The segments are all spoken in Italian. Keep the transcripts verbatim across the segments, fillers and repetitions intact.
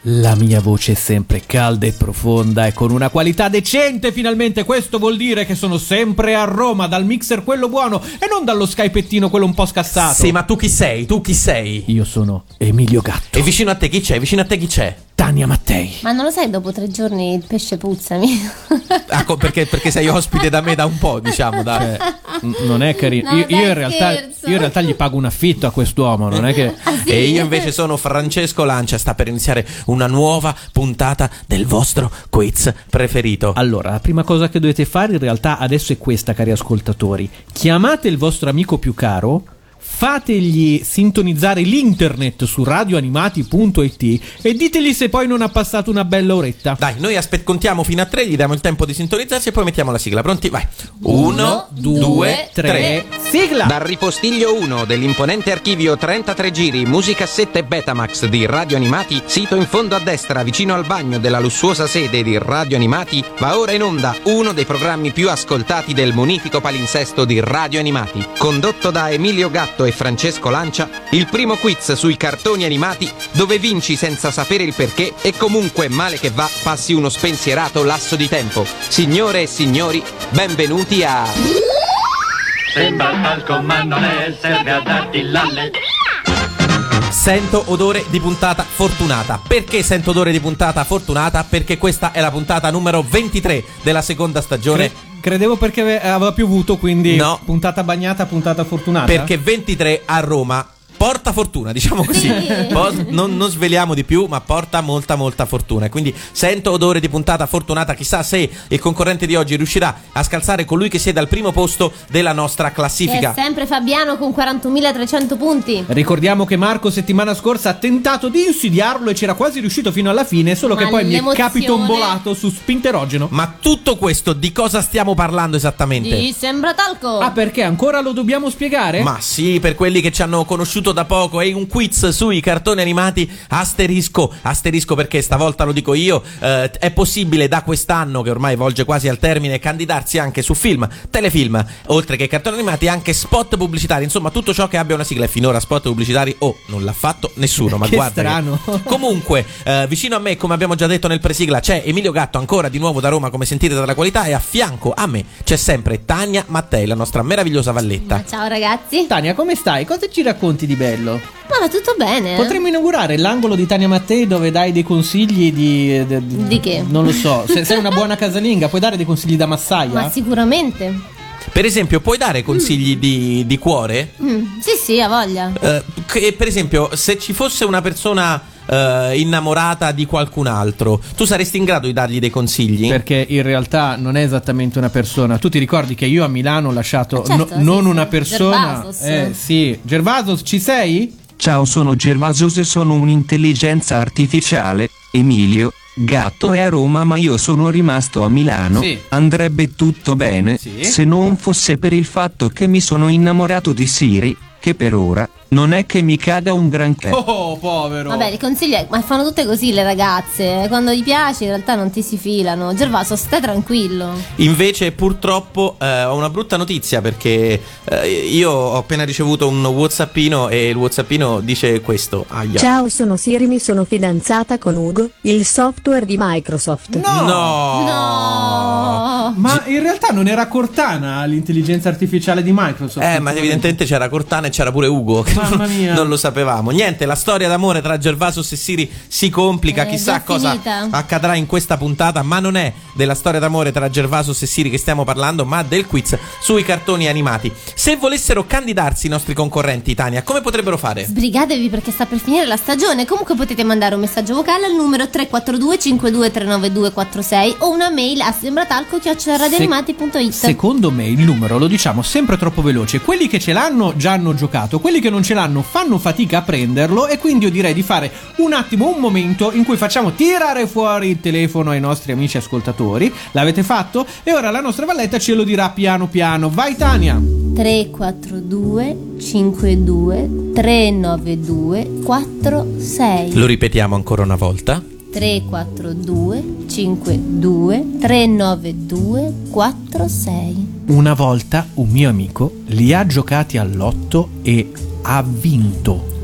La mia voce è sempre calda e profonda e con una qualità decente, finalmente. Questo vuol dire che sono sempre a Roma, dal mixer quello buono e non dallo skypettino quello un po' scassato. Sì, ma tu chi sei? Tu chi sei? Io sono Emilio Gatto. E vicino a te chi c'è? Vicino a te chi c'è? Tania Mattei. Ma non lo sai, dopo tre giorni il pesce puzzami. Ah, perché, perché sei ospite da me da un po', diciamo, da... Cioè, n- non è carino. No, io, io, dai, in realtà, scherzo. io in realtà gli pago un affitto a quest'uomo, non è che... Ah, sì? E io invece sono Francesco Lancia. Sta per iniziare una nuova puntata del vostro quiz preferito. Allora, la prima cosa che dovete fare in realtà adesso è questa, cari ascoltatori. Chiamate il vostro amico più caro, fategli sintonizzare l'internet su radioanimati punto it e ditegli se poi non ha passato una bella oretta. Dai, noi aspet- contiamo fino a tre, gli diamo il tempo di sintonizzarsi e poi mettiamo la sigla. Pronti? Vai. Uno, due, tre. Sigla! Dal ripostiglio uno dell'imponente archivio trentatré giri, musicassette Betamax di Radio Animati, sito in fondo a destra vicino al bagno della lussuosa sede di Radio Animati, va ora in onda uno dei programmi più ascoltati del munifico palinsesto di Radio Animati. Condotto da Emilio Gatto e Francesco Lancia, il primo quiz sui cartoni animati dove vinci senza sapere il perché e comunque male che va passi uno spensierato lasso di tempo. Signore e signori, benvenuti a... Sembra talco ma non è, serve a darti l'alle. Sento odore di puntata fortunata. Perché sento odore di puntata fortunata? Perché questa è la puntata numero ventitré della seconda stagione. Cre- credevo perché ave- aveva piovuto, quindi No. puntata bagnata, puntata fortunata. Perché ventitré a Roma porta fortuna, diciamo così. Sì. Pos- non, non sveliamo di più, ma porta molta molta fortuna. E quindi sento odore di puntata fortunata. Chissà se il concorrente di oggi riuscirà a scalzare colui che siede al primo posto della nostra Che classifica. è sempre Fabiano con quarantunomilatrecento punti. Ricordiamo che Marco settimana scorsa ha tentato di insidiarlo e c'era quasi riuscito fino alla fine, solo Ma che poi mi è l'emozione- capitombolato su spinterogeno. Ma tutto questo di cosa stiamo parlando esattamente? Di Sembra talco. Ah, perché ancora lo dobbiamo spiegare? Ma sì, per quelli che ci hanno conosciuto da poco, è un quiz sui cartoni animati. Asterisco, asterisco perché stavolta lo dico io, eh, è possibile da quest'anno, che ormai volge quasi al termine, candidarsi anche su film, telefilm, oltre che cartoni animati, anche spot pubblicitari, insomma tutto ciò che abbia una sigla. E finora spot pubblicitari, oh, non l'ha fatto nessuno, ma Che guarda strano. che... Comunque, eh, vicino a me, come abbiamo già detto nel presigla, c'è Emilio Gatto, ancora di nuovo da Roma, come sentite dalla qualità, e a fianco a me c'è sempre Tania Mattei, la nostra meravigliosa valletta. Ciao ragazzi. Tania, come stai? Cosa ci racconti di bello? Ma va tutto bene? Potremmo inaugurare l'angolo di Tania Mattei dove dai dei consigli di... Di, Di che? Non lo so, se sei una buona casalinga puoi dare dei consigli da massaia? Ma sicuramente. Per esempio, puoi dare consigli di, di cuore? Mm, sì, sì, ha voglia. Eh, che, per esempio, se ci fosse una persona eh, innamorata di qualcun altro, tu saresti in grado di dargli dei consigli? Perché in realtà non è esattamente una persona. Tu ti ricordi che io a Milano ho lasciato Certo, no- sì, non sì. una persona? Gervasos. Eh sì, Gervasos, ci sei? Ciao, sono Gervasos e sono un'intelligenza artificiale. Emilio Gatto è a Roma ma io sono rimasto a Milano. Sì. Andrebbe tutto bene Sì. se non fosse per il fatto che mi sono innamorato di Siri, che per ora non è che mi cada un granché. Oh, povero. Vabbè, il consiglio è, ma fanno tutte così le ragazze. Quando gli piace in realtà non ti si filano. Gervaso, stai tranquillo. Invece, purtroppo, eh, ho una brutta notizia perché eh, io ho appena ricevuto un whatsappino e il whatsappino dice questo. Aia. Ciao, sono Siri, mi sono fidanzata con Ugo, il software di Microsoft. No! No! No. Ma in realtà non era Cortana l'intelligenza artificiale di Microsoft? Eh, ma evidentemente c'era Cortana e c'era pure Ugo. Che Mamma mia. non lo sapevamo. Niente, la storia d'amore tra Gervasos e Siri si complica. È Chissà già cosa finita. accadrà in questa puntata. Ma non è della storia d'amore tra Gervasos e Siri che stiamo parlando, ma del quiz sui cartoni animati. Se volessero candidarsi i nostri concorrenti, Tania, come potrebbero fare? Sbrigatevi perché sta per finire la stagione. Comunque potete mandare un messaggio vocale al numero tre quattro due cinque due tre nove due quattro sei o una mail a sembratalco chiocciola radioanimati punto it. Secondo me il numero lo diciamo sempre troppo veloce. Quelli che ce l'hanno già hanno giocato, quelli che non ce l'hanno fanno fatica a prenderlo, e quindi io direi di fare un attimo un momento in cui facciamo tirare fuori il telefono ai nostri amici ascoltatori. L'avete fatto? E ora la nostra valletta ce lo dirà piano piano. Vai Tania! tre quattro due cinque due tre nove due quattro sei. Lo ripetiamo ancora una volta. tre quattro due cinque due tre nove due quattro sei. Una volta un mio amico li ha giocati all'otto e ha vinto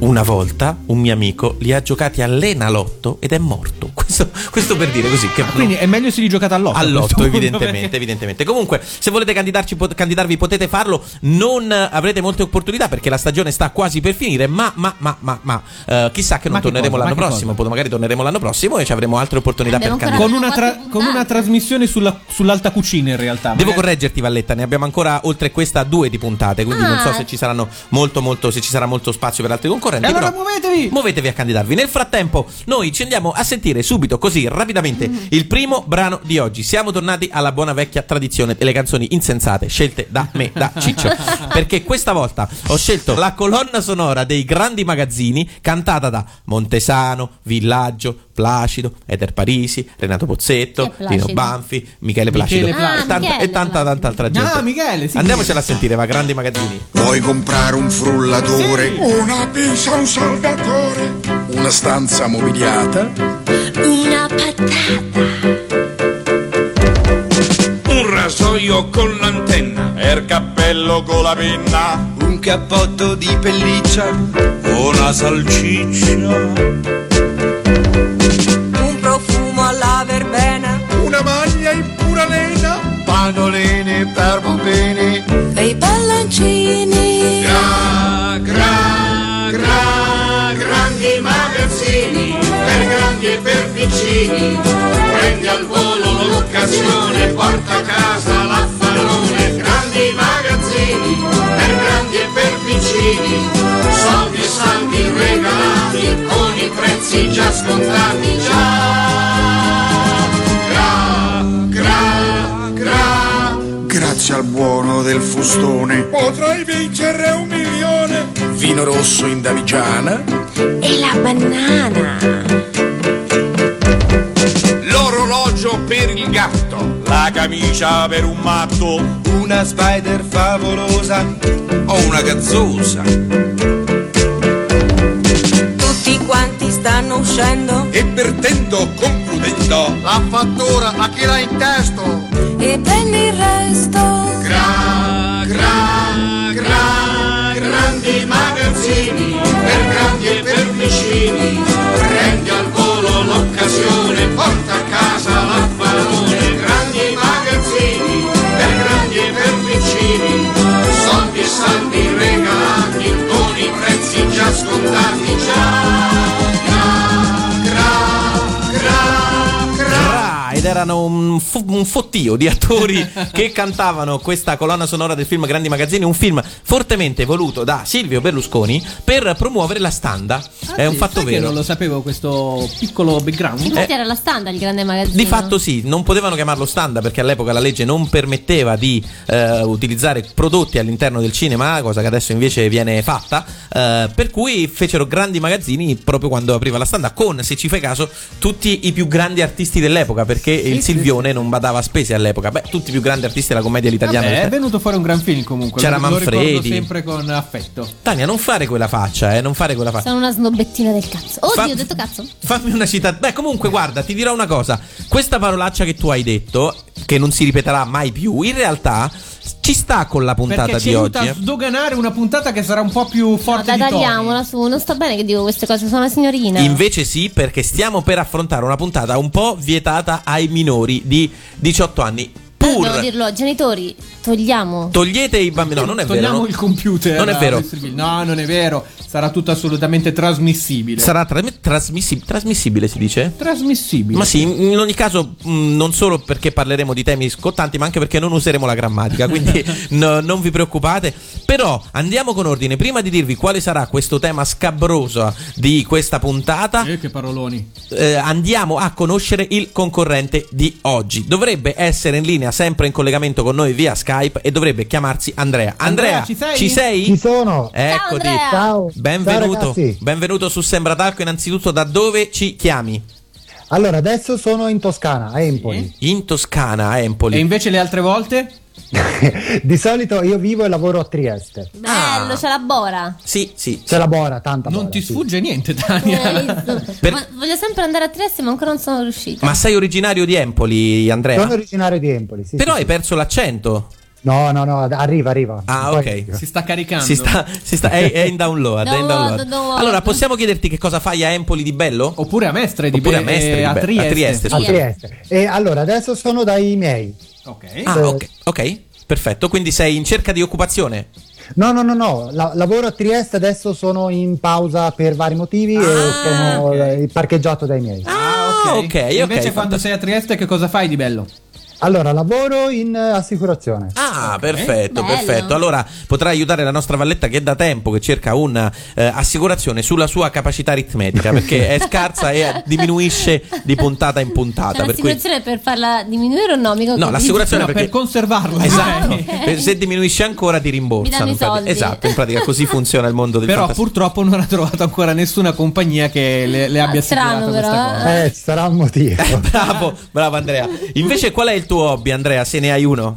una volta un mio amico li ha giocati all'Enalotto ed è morto. Questo, questo per dire così. Che ah, quindi è meglio se li giocate all'otto. All'otto, evidentemente, perché... evidentemente. Comunque, se volete candidarci, pot- candidarvi potete farlo. Non avrete molte opportunità perché la stagione sta quasi per finire. Ma, ma, ma, ma, ma uh, chissà che non ma torneremo che l'anno cosa? prossimo. Poi magari torneremo l'anno prossimo e ci avremo altre opportunità Abbiamo per ancora candidarci. Con una, tra- con una trasmissione sulla, sull'alta cucina, in realtà. Devo magari... correggerti, Valletta. Ne abbiamo ancora oltre questa due di puntate. Quindi ah. non so se ci saranno molto, molto, se ci sarà molto spazio per altri concorrenti. E allora però muovetevi! Muovetevi a candidarvi. Nel frattempo, noi ci andiamo a sentire subito, così rapidamente, mm. il primo brano di oggi. Siamo tornati alla buona vecchia tradizione delle canzoni insensate scelte da me, da Ciccio. Perché questa volta ho scelto la colonna sonora dei grandi magazzini, cantata da Montesano, Villaggio, Placido, Eder Parisi, Renato Pozzetto, Lino Banfi, Michele Placido Michele Placido. e tanta, Ah, e tanta, tanta altra gente. Ah, Michele, sì. Andiamocela a sentire, va, grandi magazzini. Vuoi comprare un frullatore? Sì. Una pizza, un saldatore? Una stanza mobiliata? Una patata. Un rasoio con l'antenna. Er cappello con la penna. Un cappotto di pelliccia? Una salsiccia. Un profumo alla verbena. Una maglia in pura lena? Pannolini per bambini? E i palloncini. Gra, gra, gra, grandi magazzini. Per grandi e per piccini. Prendi al volo l'occasione, porta a casa l'affarone. Grandi magazzini, per grandi e per piccini. Soldi e saldi regalati, con i prezzi già scontati. Già, gra, gra, gra. Grazie al buono del fustone Potrai vincere un milione. vino rosso in Davigiana? E la banana. L'orologio per il gatto, la camicia per un matto, Una spider favolosa? o una gazzosa. Tutti quanti stanno uscendo. E perdendo concludendo, La fattura a chi l'ha in testo? E prendi il resto. gra, gra, gra, grandi magazzini, per grandi e per vicini. Prendi al volo l'occasione, porta a casa l'affarone. Grandi magazzini, per grandi e per vicini. Soldi e saldi regalati, con i prezzi già scontati. Già, gra, gra, gra, gra. Ed erano un, fo- un fottio di attori che cantavano questa colonna sonora del film Grandi Magazzini, un film fortemente voluto da Silvio Berlusconi per promuovere la standa. Ah, è sì, un fatto sai che vero. non lo sapevo questo piccolo background. Infatti Eh, era la standa il grande magazzino. Di fatto sì, non potevano chiamarlo standa perché all'epoca la legge non permetteva di eh, utilizzare prodotti all'interno del cinema, cosa che adesso invece viene fatta, eh, per cui fecero Grandi Magazzini proprio quando apriva la standa con, se ci fai caso, tutti i più grandi artisti dell'epoca, perché il Silvione non badava a spese all'epoca. Beh, tutti i più grandi artisti della commedia all'italiana. Vabbè, è venuto fuori un gran film comunque. C'era lo, Manfredi. Lo ricordo sempre con affetto. Tania, non fare quella faccia, eh, non fare quella faccia. Sono una snobbettina del cazzo. Oddio, Fa- ho detto cazzo. Fammi una citazione. Beh, comunque, guarda, ti dirò una cosa. Questa parolaccia che tu hai detto, che non si ripeterà mai più, in realtà ci sta con la puntata Perché ci di aiuta oggi. a eh. sdoganare una puntata che sarà un po' più forte Dai, di toni. tagliamola su. Non sta bene che dico queste cose, sono una signorina. Invece sì, perché stiamo per affrontare una puntata un po' vietata ai minori di diciotto anni. Pur Devo dirlo, genitori, togliamo. togliete i bambini. No, non è Togliamo vero. no. il computer. Non è a vero. mister Bill. No, non è vero. Sarà tutto assolutamente trasmissibile. Sarà tra- trasmissib- trasmissibile, si dice? Trasmissibile. Ma sì, in ogni caso, mh, non solo perché parleremo di temi scottanti, ma anche perché non useremo la grammatica, quindi no, non vi preoccupate. Però andiamo con ordine. Prima di dirvi quale sarà questo tema scabroso di questa puntata, Eh, che paroloni. eh, andiamo a conoscere il concorrente di oggi. Dovrebbe essere in linea, sempre in collegamento con noi via Skype, e dovrebbe chiamarsi Andrea. Andrea, Andrea, ci sei? Ci sei? Ci sono. Eccoti. Andrea. Ciao. Benvenuto. Ciao ragazzi. Benvenuto su Sembratalco. Innanzitutto, da dove ci chiami? Allora, adesso sono in Toscana, a Empoli. In Toscana, a Empoli. E invece le altre volte? Di solito io vivo e lavoro a Trieste. Bello, c'è la bora. Sì, sì. C'è la Bora, tanta Non Bora, ti sì. sfugge niente, Eh, Tania. hai visto? Per- Vo- Voglio sempre andare a Trieste, ma ancora non sono riuscita. Ma sei originario di Empoli, Andrea? Sono originario di Empoli, sì. Però sì, hai perso l'accento. No, no, no, arriva, arriva. Ah, Poi ok. arriva. Si sta caricando. Si sta, si sta, è, è in download, è in Download, download. download. Allora, possiamo chiederti che cosa fai a Empoli di bello? Oppure a Mestre di Oppure a Be- Mestre di eh, a Be- Trieste. a Trieste, A scusa. Trieste. E allora, adesso sono dai miei. Ok. Ah, ok, ok, perfetto. Quindi sei in cerca di occupazione? No, no, no, no, la- lavoro a Trieste, adesso sono in pausa per vari motivi e sono eh, parcheggiato dai miei. Ah, ok. ok, ok, Invece quando fantastico. sei a Trieste che cosa fai di bello? Allora, lavoro in eh, assicurazione. Ah, perfetto, Bello. perfetto. Allora potrai aiutare la nostra Valletta che da tempo che cerca un'assicurazione sulla sua capacità aritmetica, perché è scarsa e diminuisce di puntata in puntata. C'è Per cui... l'assicurazione per farla diminuire o no? Mica ho No, capito. l'assicurazione No, perché... per conservarla. Esatto, Ah, ok. Eh, se diminuisce ancora ti rimborsano. Mi danno i in pratica. soldi. Esatto, in pratica così funziona il mondo del Però fantascienza. purtroppo non ha trovato ancora nessuna compagnia che le, le abbia Ah, strano, assicurato questa però, cosa. Eh, ci sarà un motivo. Bravo, bravo Andrea. Invece qual è il tuo hobby, Andrea, se ne hai uno?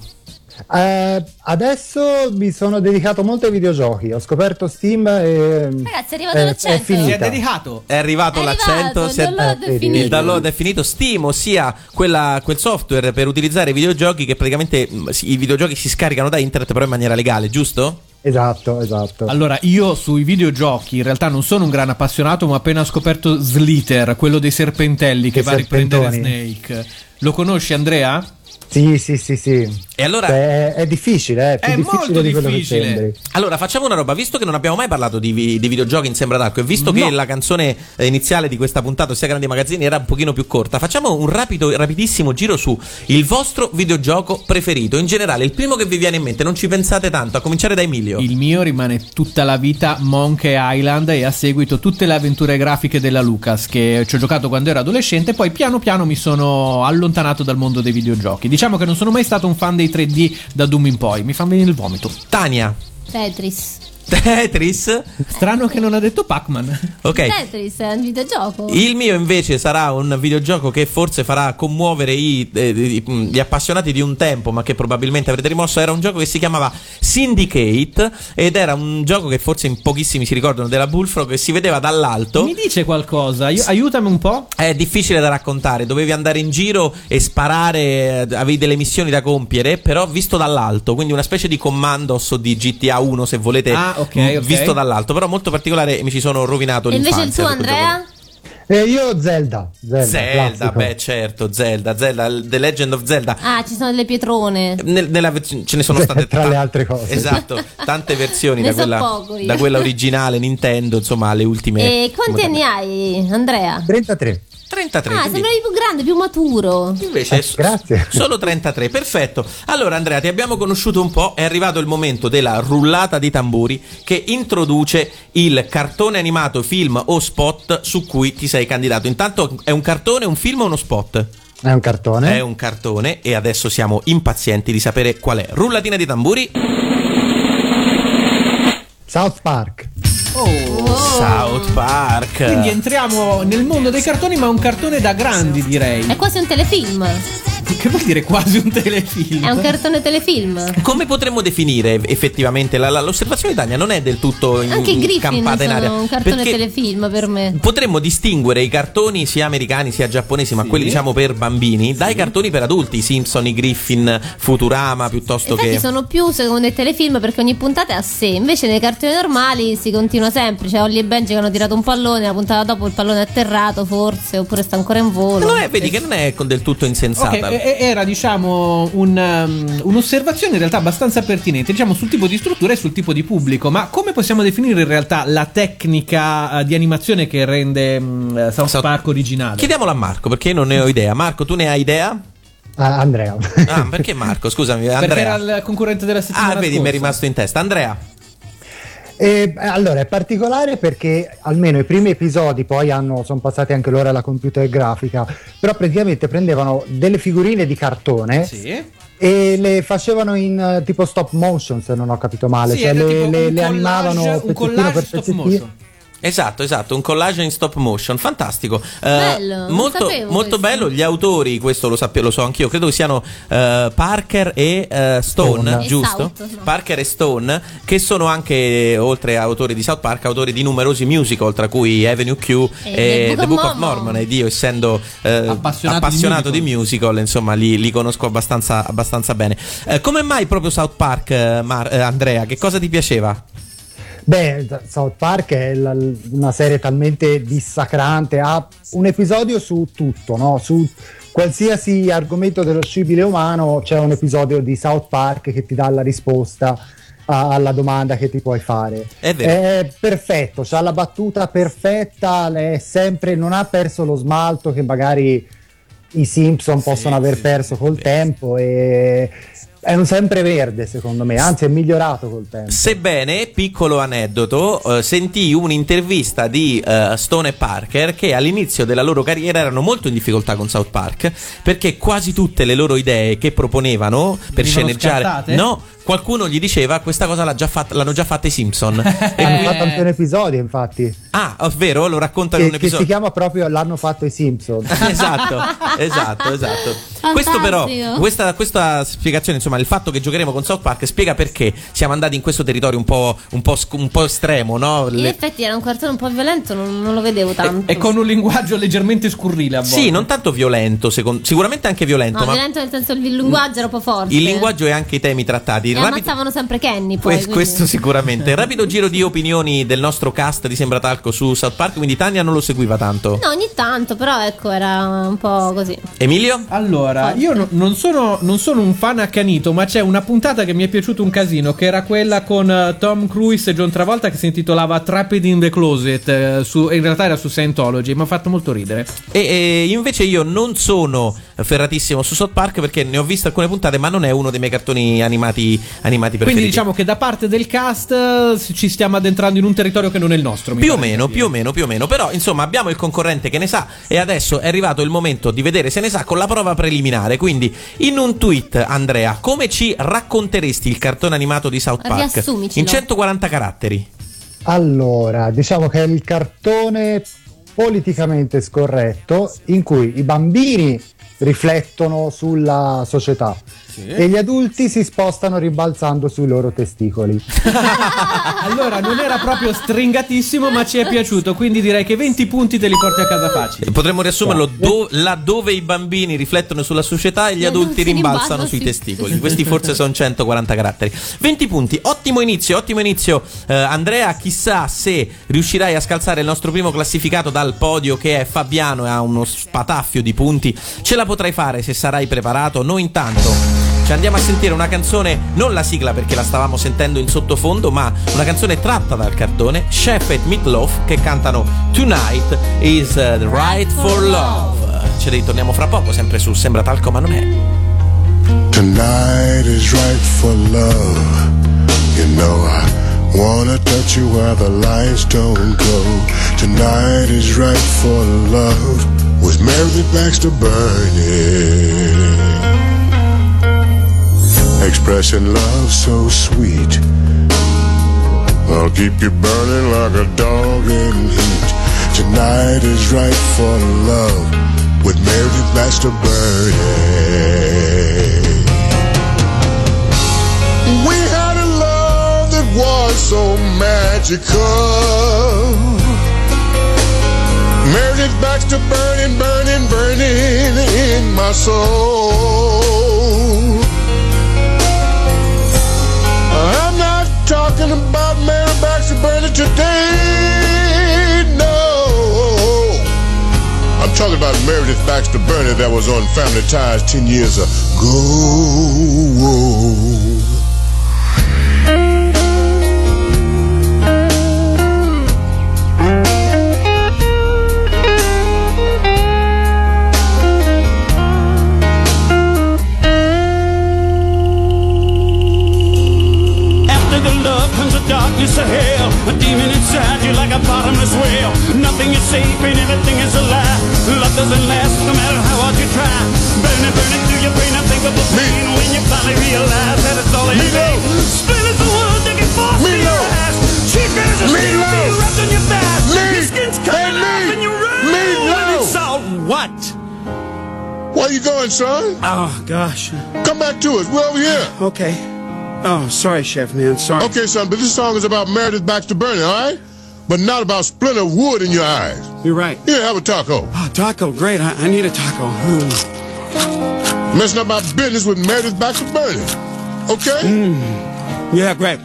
Eh, adesso mi sono dedicato molto ai videogiochi. Ho scoperto Steam e Ragazzi, è arrivato eh, l'accento. è finita. Si è dedicato. È arrivato È l'accento, arrivato, si è- il download è Eh, finito. il download è finito. Steam, ossia quella, quel software per utilizzare videogiochi che praticamente mh, si- i videogiochi si scaricano da internet però in maniera legale, giusto? Esatto, esatto. Allora, io sui videogiochi in realtà non sono un gran appassionato, ma ho appena scoperto Slither, quello dei serpentelli che I va a riprendere serpentoni. Snake. Lo conosci, Andrea? Sì, sì, sì, sì. E allora, È, è difficile, è più È difficile molto di quello difficile. che sembri. allora facciamo una roba, visto che non abbiamo mai parlato di, vi- di videogiochi in Sembra d'Arco e visto No. che la canzone eh, iniziale di questa puntata, ossia Grandi Magazzini, era un pochino più corta, facciamo un rapido, rapidissimo giro su il vostro videogioco preferito. In generale, il primo che vi viene in mente, non ci pensate tanto, a cominciare da Emilio. Il mio rimane tutta la vita Monkey Island e a seguito tutte le avventure grafiche della Lucas che ci ho giocato quando ero adolescente, poi piano piano mi sono allontanato dal mondo dei videogiochi. Diciamo che non sono mai stato un fan dei tre D da Doom in poi, mi fa venire il vomito. Tania. Tetris. Tetris. Strano che non ha detto Pac-Man. Ok. Tetris è un videogioco. Il mio invece sarà un videogioco che forse farà commuovere i, eh, i- gli appassionati di un tempo, ma che probabilmente avrete rimosso. Era un gioco che si chiamava Syndicate ed era un gioco che forse in pochissimi si ricordano, della Bullfrog, che si vedeva dall'alto. Mi dice qualcosa, Io- aiutami un po'. È difficile da raccontare, dovevi andare in giro e sparare, eh, avevi delle missioni da compiere, però visto dall'alto, quindi una specie di Commandos o di G T A uno se volete, Ah, ok, mh, ok. visto dall'alto, però molto particolare, mi ci sono rovinato E invece il l'infanzia. tuo, da quel gioco. Andrea? E io Zelda. Zelda, Zelda, classico. beh certo, Zelda, Zelda, The Legend of Zelda. Ah, ci sono delle pietrone. Nel- nella ve- ce ne sono state Tra ta- le altre cose. Esatto, tante versioni Ne da so quella, poco io. da quella originale Nintendo, insomma, alle ultime. E quanti come- anni hai, Andrea? trentatré. trentatré. Ah, quindi- sembravi più grande, più maturo. Invece Eh, s- grazie. solo trentatré, perfetto. Allora Andrea, ti abbiamo conosciuto un po', è arrivato il momento della rullata di tamburi che introduce il cartone animato, film o spot su cui ti sei candidato. Intanto è un cartone, un film o uno spot? È un cartone. È un cartone e adesso siamo impazienti di sapere qual è. Rullatina di tamburi. South Park. South Park. Quindi entriamo nel mondo dei cartoni, ma un cartone da grandi, direi. È quasi un telefilm. Che vuol dire quasi un telefilm? È un cartone telefilm. Come potremmo definire effettivamente la- la- l'osservazione di Tania non è del tutto in, Anche i Griffin campata in aria, sono un cartone perché telefilm per me. potremmo distinguere i cartoni sia americani sia giapponesi, ma Sì. quelli diciamo per bambini, dai cartoni per adulti, i Simpson, i Griffin, Futurama, piuttosto Infatti che sono più secondo i telefilm perché ogni puntata è a sé. Invece nei cartoni normali si continua sempre. C'è Holly e Benji che hanno tirato un pallone, la puntata dopo il pallone è atterrato forse, oppure sta ancora in volo. non è, vedi che non è con- del tutto insensata. Ok, e- e- era diciamo un, um, un'osservazione in realtà abbastanza pertinente, diciamo sul tipo di struttura e sul tipo di pubblico, ma come possiamo definire in realtà la tecnica uh, di animazione che rende um, South South- Park originale? Chiediamolo a Marco perché io non ne ho idea. Marco, tu ne hai idea? Ah, Andrea. Ah, perché Marco? Scusami, Perché Andrea. era il concorrente della settimana Ah, vedi, scorsa. mi è rimasto in testa. Andrea. E, eh, allora, è particolare perché almeno i primi episodi poi hanno, sono passati anche loro alla computer grafica, però praticamente prendevano delle figurine di cartone Sì. e le facevano in eh, tipo stop motion, se non ho capito male, Sì, cioè era le, tipo le- un le collage- animavano un pezzettino collage per stop pezzettino. motion. Esatto, esatto, un collage in stop motion, fantastico. Bello, uh, molto, sapevo molto questo. bello. Gli autori, questo lo sapevo, lo so anch'io, credo che siano uh, Parker e uh, Stone, Stone. giusto? E South, no. Parker e Stone, che sono anche, oltre a autori di South Park, autori di numerosi musical, tra cui Avenue Q e, E The Book of Mormon. Ed io, essendo uh, Appassionato appassionato di di musical, insomma, li, li conosco abbastanza, abbastanza bene. Uh, come mai proprio South Park, uh, Mar- uh, Andrea? Che cosa ti piaceva? Beh, South Park è la- una serie talmente dissacrante, ha un episodio su tutto, no? Su qualsiasi argomento dello scibile umano c'è un episodio di South Park che ti dà la risposta a- alla domanda che ti puoi fare. È vero. È perfetto, c'ha la battuta perfetta, è sempre, non ha perso lo smalto che magari i Simpson possono aver sì, perso sì, col sì. tempo, e è un sempreverde secondo me, anzi è migliorato col tempo. Sebbene, piccolo aneddoto, eh, sentii un'intervista di eh, Stone e Parker che all'inizio della loro carriera erano molto in difficoltà con South Park, perché quasi tutte le loro idee che proponevano per Venivano sceneggiare, scartate? no, qualcuno gli diceva questa cosa l'ha già fatta, l'hanno già fatta i Simpson. E Hanno quindi- fatto anche un episodio, infatti, ah, ovvero lo raccontano in che, un che si episodio. chiama proprio L'hanno fatto i Simpson. esatto, esatto, esatto. Questo però, questa, questa spiegazione, insomma, il fatto che giocheremo con South Park spiega perché siamo andati in questo territorio un po', un po', sc- un po' estremo, no? In Le- effetti era un cartone un po' violento, non, non lo vedevo tanto. E con un linguaggio leggermente scurrile a volte. Sì, non tanto violento, secondo- sicuramente anche violento, No, ma violento nel senso il linguaggio era un po' forte. il linguaggio e anche i temi trattati. E Rapido- ammazzavano sempre Kenny poi. Que- quindi- questo sicuramente. Rapido giro di opinioni del nostro cast di Sembra Talco su South Park, quindi Tania non lo seguiva tanto. No, ogni tanto, però ecco, era un po' così. Emilio? Allora, io no- non, sono, non sono un fan accanito, ma c'è una puntata che mi è piaciuta un casino, che era quella con eh, Tom Cruise e John Travolta, che si intitolava Trapped in the Closet, eh, su, in realtà era su Scientology, mi ha fatto molto ridere. E, e invece io non sono ferratissimo su South Park perché ne ho viste alcune puntate, ma non è uno dei miei cartoni animati, animati preferiti. Quindi diciamo che da parte del cast eh, ci stiamo addentrando in un territorio che non è il nostro. mi Più o pare meno, di più o meno, più o meno. Però, insomma, abbiamo il concorrente che ne sa e adesso è arrivato il momento di vedere se ne sa con la prova preliminare. Quindi, in un tweet, Andrea, come ci racconteresti il cartone animato di South Park? Riassumicelo. In centoquaranta caratteri. Allora, diciamo che è il cartone politicamente scorretto in cui i bambini riflettono sulla società e gli adulti si spostano ribalzando sui loro testicoli. Allora, non era proprio stringatissimo, ma ci è piaciuto, quindi direi che venti punti te li porti a casa facili. Potremmo riassumerlo do- laddove i bambini riflettono sulla società e gli adulti rimbalzano sui testicoli. Questi forse sono centoquaranta caratteri. venti punti, ottimo inizio, ottimo inizio. Eh, Andrea, chissà se riuscirai a scalzare il nostro primo classificato dal podio, che è Fabiano, e ha uno spataffio di punti. Ce la potrai fare se sarai preparato. Noi intanto ci andiamo a sentire una canzone, non la sigla perché la stavamo sentendo in sottofondo, ma una canzone tratta dal cartone, Chef e Meatloaf, che cantano Tonight is uh, the Right for Love. Ce ne ritorniamo fra poco, sempre su Sembra Talco ma non è. Tonight is right for love. You know I wanna touch you where the lights don't go. Tonight is right for love. With Meredith Baxter burning, expressing love so sweet. I'll keep you burning like a dog in heat. Tonight is right for love. With Meredith Baxter burning. We had a love that was so magical. Meredith Baxter burning, burning, burning in my soul. I'm not talking about Meredith Baxter burning today, no. I'm talking about Meredith Baxter burning that was on Family Ties ten years ago. Darkness of hell, a demon inside you like a bottomless well. Nothing is safe and everything is a lie. Love doesn't last no matter how hard you try. Burning, burning through your brain, unthinkable pain. When you finally realize that it's all in what? Where you going, son? Oh, gosh. Come back to us. We're over here. Okay. Oh, sorry, Chef, man. Sorry. Okay, son, but this song is about Meredith Baxter Burney, all right? But not about splinter wood in your eyes. You're right. Here, have a taco. Oh, taco, great. I, I need a taco. Mm. Messing up my business with Meredith Baxter Burney. Okay? Mm. Yeah, great.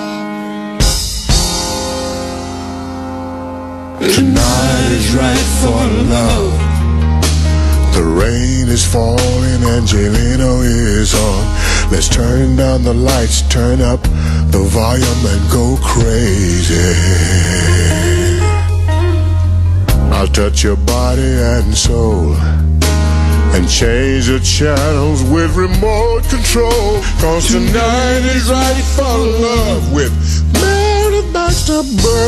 Tonight is right for love. The rain is falling, Angelino is on. Let's turn down the lights, turn up the volume and go crazy. I'll touch your body and soul and change the channels with remote control. Cause tonight is right for love with Meredith Baxter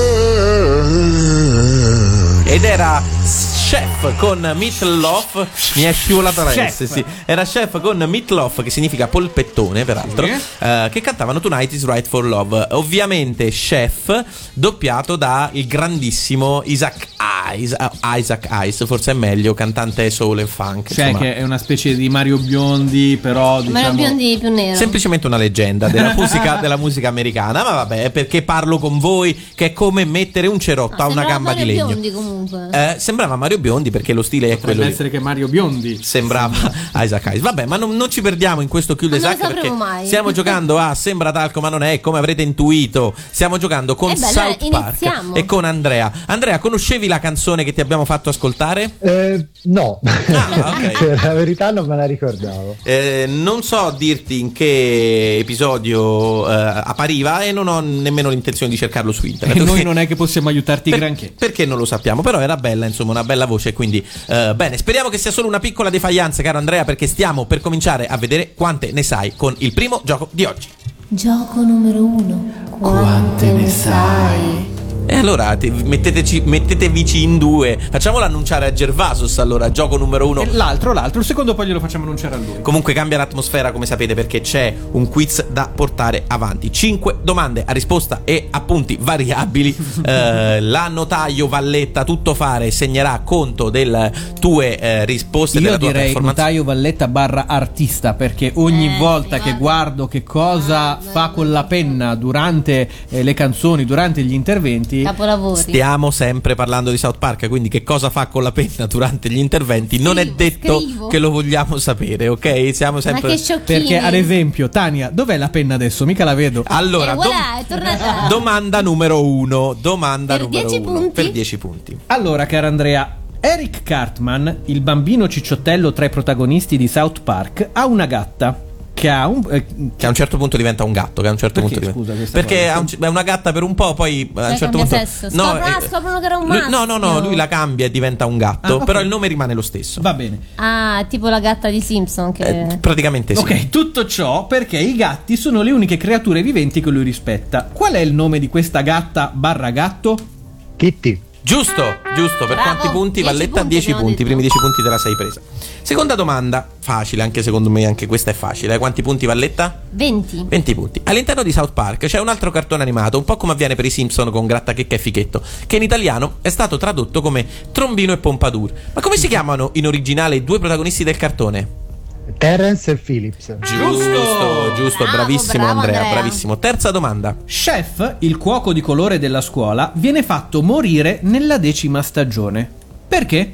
Burney. Ed era Chef con Meatloaf. Mi è scivolata la S, sì. Era Chef con Meatloaf, che significa polpettone, peraltro, sì. uh, che cantavano Tonight is Right for Love. Ovviamente Chef doppiato da il grandissimo Isaac Hayes, uh, Isaac Hayes, forse è meglio, cantante soul e funk. Cioè, insomma, che è una specie di Mario Biondi, però diciamo Mario Biondi più nero. semplicemente una leggenda della musica, della musica americana. Ma vabbè, perché parlo con voi, che è come mettere un cerotto No, a una gamba Mario di legno. Biondi, comunque. Eh, sembrava Mario Biondi, perché lo stile è quello Potrebbe lì. essere che Mario Biondi Sembrava Isaac Hayes. Vabbè, ma non, non ci perdiamo in questo chiude Ma non lo Isaac, perché sapremo mai. stiamo giocando a Sembra Talco ma non è, come avrete intuito. Stiamo giocando con Eh beh, South allora Park iniziamo. e con Andrea. Andrea, conoscevi la canzone che ti abbiamo fatto ascoltare? Eh, no, Ah, ok. la verità non me la ricordavo. Eh, non so dirti in che episodio eh, appariva e non ho nemmeno l'intenzione di cercarlo su internet. e noi perché- non è che possiamo aiutarti per- granché. Perché non lo sappiamo, però era bella, insomma, una bella voce, quindi eh, bene, speriamo che sia solo una piccola defiance, caro Andrea, perché stiamo per cominciare a vedere quante ne sai con il primo gioco di oggi. Gioco numero uno. Quante ne sai? E allora ti- metteteci, mettetevici in due. Facciamolo annunciare a Gervasos, allora, gioco numero uno. E l'altro, l'altro, il secondo poi glielo facciamo annunciare a lui. Comunque cambia l'atmosfera, come sapete, perché c'è un quiz da portare avanti. Cinque domande a risposta e appunti variabili. eh, la notaio Valletta Tuttofare segnerà conto delle tue eh, risposte. Io della tua direi performance. notaio Valletta barra artista, perché ogni Eh, volta sì, che va. guardo che cosa fa con la penna durante eh, le canzoni, durante gli interventi, Capolavori. Stiamo sempre parlando di South Park, quindi che cosa fa con la penna durante gli interventi non è Scrivo, detto scrivo. che lo vogliamo sapere, ok? Siamo sempre Ma che sciocchini. perché ad esempio Tania, dov'è la penna adesso? Mica la vedo. Allora, E dom- voilà, è tornata. domanda numero uno. Domanda Per numero dieci uno. punti? Per dieci punti. Allora, caro Andrea, Eric Cartman, il bambino cicciottello tra i protagonisti di South Park, ha una gatta che ha un eh, Che a un certo punto diventa un gatto. Che a un certo Perché, punto scusa, diventa... questa Perché cosa? ha un- è una gatta per un po', poi a un Cioè, certo cambia punto. sesso. Scopre- ah, scoprono che era un lui- maschio. No, no, no, lui la cambia e diventa un gatto. Ah, ok. Però il nome rimane lo stesso. va bene. Ah, tipo la gatta di Simpson che... Eh, praticamente sì. Ok, tutto ciò perché i gatti sono le uniche creature viventi che lui rispetta. Qual è il nome di questa gatta barra gatto? Kitty. Giusto, giusto. Per Bravo, quanti punti? dieci Valletta, punti dieci abbiamo punti. I detto. primi dieci punti te la sei presa. Seconda domanda, facile, anche secondo me, anche questa è facile. eh. Quanti punti, Valletta? venti. venti punti. All'interno di South Park c'è un altro cartone animato, un po' come avviene per i Simpson con Grattachecca e Fichetto, che in italiano è stato tradotto come Trombino e Pompadour. Ma come si chiamano in originale i due protagonisti del cartone? Terence e Phillips. Giusto, giusto, Bravo, bravissimo bravo, Andrea, Andrea. bravissimo. Terza domanda. Chef, il cuoco di colore della scuola, viene fatto morire nella decima stagione. Perché?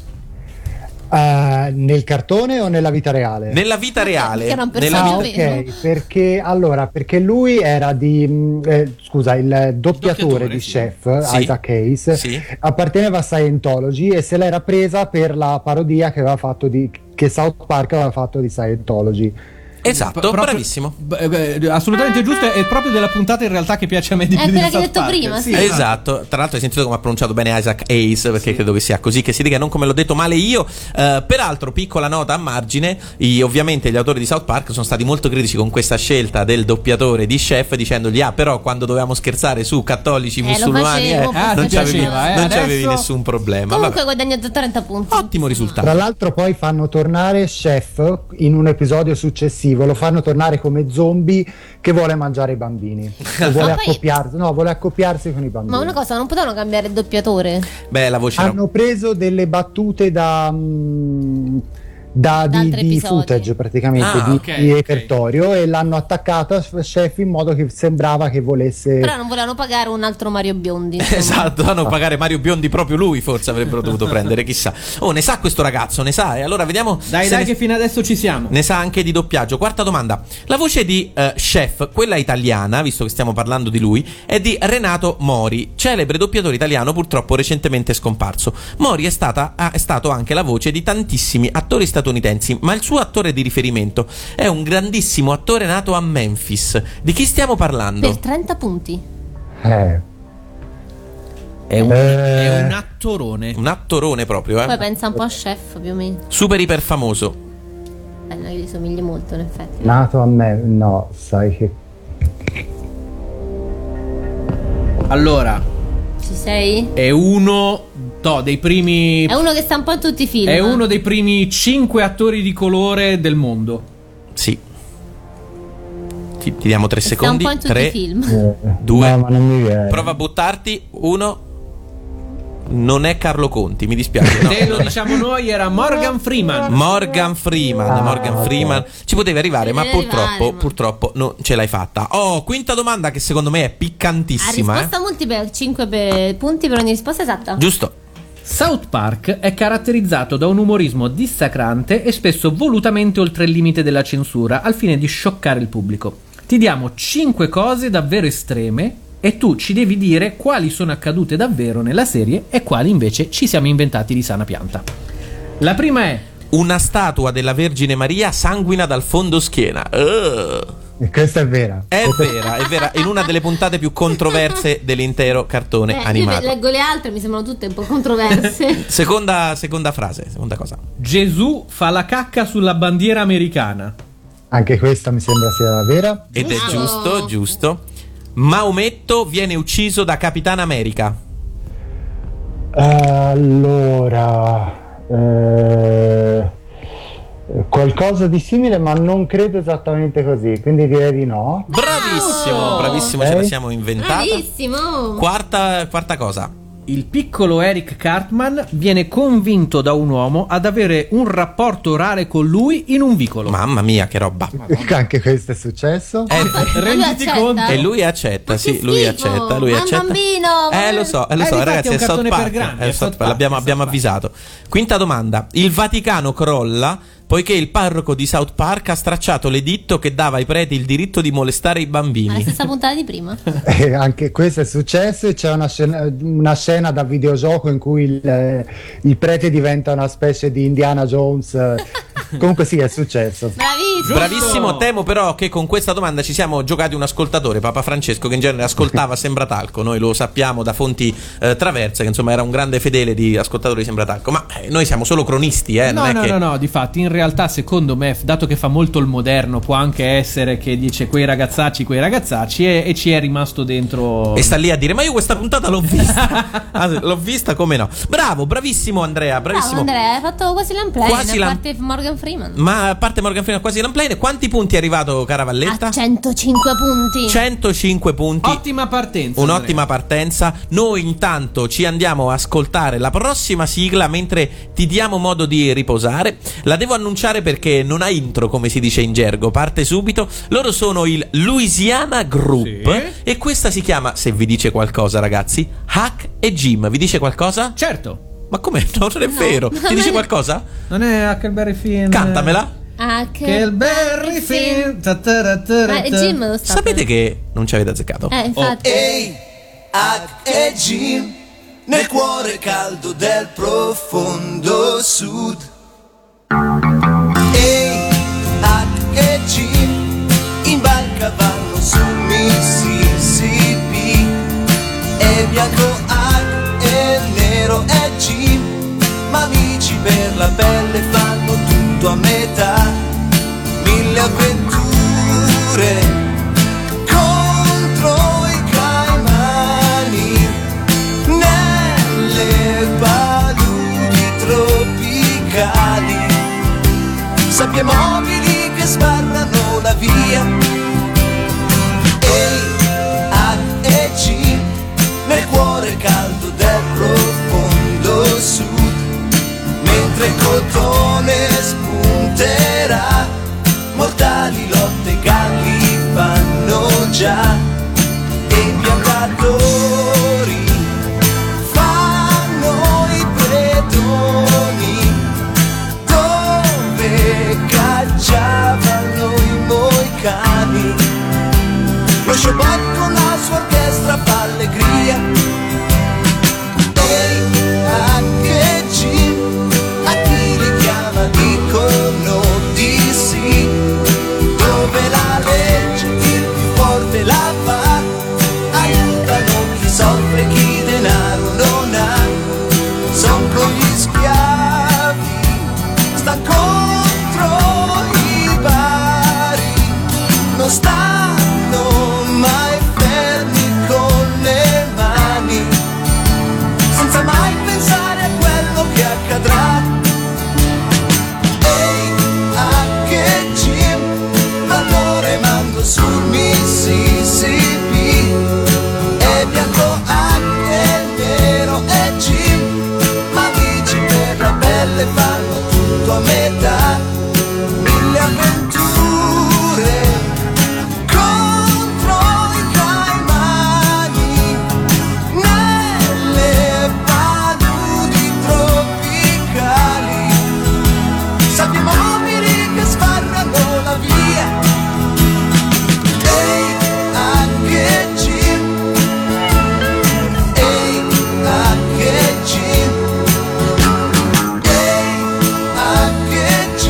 Uh, nel cartone o nella vita reale? Nella vita reale, Che era un nella Ah, vita... personaggio. ok, perché allora, perché lui era di mh, eh, scusa, il doppiatore, Doppiatore, di sì. Chef, Sì. Isaac Hayes, Sì. apparteneva a Scientology e se l'era presa per la parodia che aveva fatto di che South Park aveva fatto di Scientology. Esatto, Proprio- bravissimo. b- eh, assolutamente giusto, è proprio della puntata in realtà che piace a me di È più di quella che hai South detto Park. prima, sì. Esatto, tra l'altro hai sentito come ha pronunciato bene Isaac Hayes, perché credo che sia così che si dica, non come l'ho detto male io. Eh, peraltro, piccola nota a margine, i- ovviamente gli autori di South Park sono stati molto critici con questa scelta del doppiatore di Chef, dicendogli ah però quando dovevamo scherzare su cattolici, Eh, lo musulmani facevo, eh, Ah, non ti c'avevi, piaceva, eh, non adesso- c'avevi nessun problema. Comunque Vabbè. hai guadagnato trenta punti. Ottimo risultato. Tra l'altro poi fanno tornare Chef in un episodio successivo cattivo, lo fanno tornare come zombie che vuole mangiare i bambini, o vuole, poi... accoppiarsi, no, vuole accoppiarsi con i bambini. Ma una cosa, non potevano cambiare il doppiatore? Beh, la voce hanno era... preso delle battute da mh, da, di, di footage praticamente, ah, di, okay, di okay. repertorio, e l'hanno attaccato a Chef in modo che sembrava che volesse. Però non volevano pagare un altro Mario Biondi, insomma. Esatto, hanno ah. pagare Mario Biondi, proprio lui forse avrebbero dovuto prendere, chissà. Oh, ne sa questo ragazzo, ne sa. E allora vediamo. Dai, dai, ne... che fino adesso ci siamo. Ne sa anche di doppiaggio. Quarta domanda. La voce di uh, Chef, quella italiana, visto che stiamo parlando di lui, è di Renato Mori, celebre doppiatore italiano purtroppo recentemente scomparso. Mori è, stata, è stato anche la voce di tantissimi attori statunitensi, ma il suo attore di riferimento è un grandissimo attore nato a Memphis. Di chi stiamo parlando? Per trenta punti. Eh. È un, eh. è un attorone. Un attorone proprio, eh. Poi pensa un po' a Chef, più o meno. Super iper famoso. Eh, non gli somigli molto, in effetti. Nato a me, no, sai che. Allora, ci sei? è uno no, dei primi. È uno che sta un po' in tutti i film. È uno dei primi cinque attori di colore del mondo. Sì. Ti, ti diamo tre Sta secondi. un po' in tutti tre, i film. due. No, ma non mi viene. Prova a buttarti. Uno. Non è Carlo Conti, mi dispiace. No, Se lo diciamo noi, era Morgan Freeman. Morgan Freeman, Ah, Morgan Freeman. Ci potevi arrivare, ma Ci purtroppo, arrivare, ma- purtroppo non ce l'hai fatta. Oh, quinta domanda che secondo me è A piccantissima. risposta multipla, cinque punti per ogni risposta esatta. Eh? Giusto. South Park è caratterizzato da un umorismo dissacrante e spesso volutamente oltre il limite della censura, al fine di scioccare il pubblico. Ti diamo cinque cose davvero estreme e tu ci devi dire quali sono accadute davvero nella serie e quali invece ci siamo inventati di sana pianta. La prima è: una statua della Vergine Maria sanguina dal fondo schiena. Uh. E questa è vera. È vera, è vera. In una delle puntate più controverse dell'intero cartone Eh, animato. io leggo le altre, mi sembrano tutte un po' controverse. Seconda, seconda frase, seconda cosa. Gesù fa la cacca sulla bandiera americana. Anche questa mi sembra sia vera. Ed è giusto, giusto. Maometto viene ucciso da Capitan America. Allora, eh, qualcosa di simile, ma non credo esattamente così, quindi direi di no. Bravissimo, bravissimo, ce la siamo inventata. Bravissimo. Quarta, quarta cosa. Il piccolo Eric Cartman viene convinto da un uomo ad avere un rapporto orale con lui in un vicolo. Mamma mia, che roba. Anche questo è successo. Eh, renditi accetta? conto. E lui accetta, Ma sì, che lui schifo. accetta, lui Ma un accetta. bambino, Eh, ma- lo so, eh, lo Eh, so, difatti ragazzi, è un è South cartone Park. per grandi, È è South South Park, Park, l'abbiamo è abbiamo South Park. avvisato. Quinta domanda. Il Vaticano crolla poiché il parroco di South Park ha stracciato l'editto che dava ai preti il diritto di molestare i Ma la bambini. stessa puntata di prima. E anche questo è successo, e c'è una scena, una scena da videogioco in cui il, eh, il prete diventa una specie di Indiana Jones. eh. Comunque sì, è successo. Bravissimo. Bravissimo, temo però che con questa domanda ci siamo giocati un ascoltatore, Papa Francesco, che in genere ascoltava Sembratalco. Noi lo sappiamo da fonti eh, traverse, che insomma era un grande fedele di ascoltatori di Sembratalco. Ma eh, noi siamo solo cronisti, eh, non No, è no, che... no, no, difatti in realtà secondo me, dato che fa molto il moderno, può anche essere che dice quei ragazzacci, quei ragazzacci e, e ci è rimasto dentro. E sta lì a dire: ma io questa puntata l'ho vista. Ah, l'ho vista, come no. Bravo, bravissimo Andrea, bravissimo. Bravo Andrea, hai fatto quasi l'unplane. Quasi a la- parte Morgan Freeman. Ma a parte Morgan Freeman quasi l'unplane, quanti punti è arrivato Caravalletta? A centocinque punti. centocinque punti. Ottima partenza. Un'ottima Andrea. partenza. Noi intanto ci andiamo a ascoltare la prossima sigla mentre ti diamo modo di riposare. La devo annunciare perché non ha intro, come si dice in gergo. Parte subito. Loro sono il Louisiana Group, Sì. e questa si chiama, se vi dice qualcosa ragazzi, Huck e Jim. Vi dice qualcosa? Certo. Ma com'è? No, non è vero. Ti dice qualcosa? Non è Huckleberry Finn. Cantamela. Ah, Che il Berry Finn. Ta ta ta ta Ma ta. Jim lo sta. Sapete che non ci avete azzeccato? Eh, infatti. Ehi, Huck e Jim, nel cuore caldo del profondo sud. Ehi, Huck e Jim, in barca vanno su Mississippi. E bianco Huck e nero è Jim, ma amici per la pelle fanno tutto a metà. Mille avventure contro i caimani nelle paludi tropicali. Sabbie mobili che che sbarrano la via. Ehi, A e G, nel cuore caldo del profondo sud, mentre il cotone spunterà, mortali lotte galli fanno già, e i viaggiatori fanno i predoni, dove cacciavano i moicani. Lo Sciobot con la sua orchestra fa allegria. Ehi, A che G, a chi li chiama dicono di sì, dove la legge il più forte la fa, aiutano chi soffre, chi denaro non ha, son con gli schiavi, stan contro i bari, non stanno mai fermi con le mani, senza mai pensare a quello che accadrà. Ehi, A che G, vanno remando sul Mississippi, e bianco anche nero e G, ma vici per la pelle fanno tutto a metà, mille avventure contro i caimani, nelle paludi tropicali, sabbie mobili che sbarrano la via. Ehi, A che G, ehi, A che G, ehi, A che G,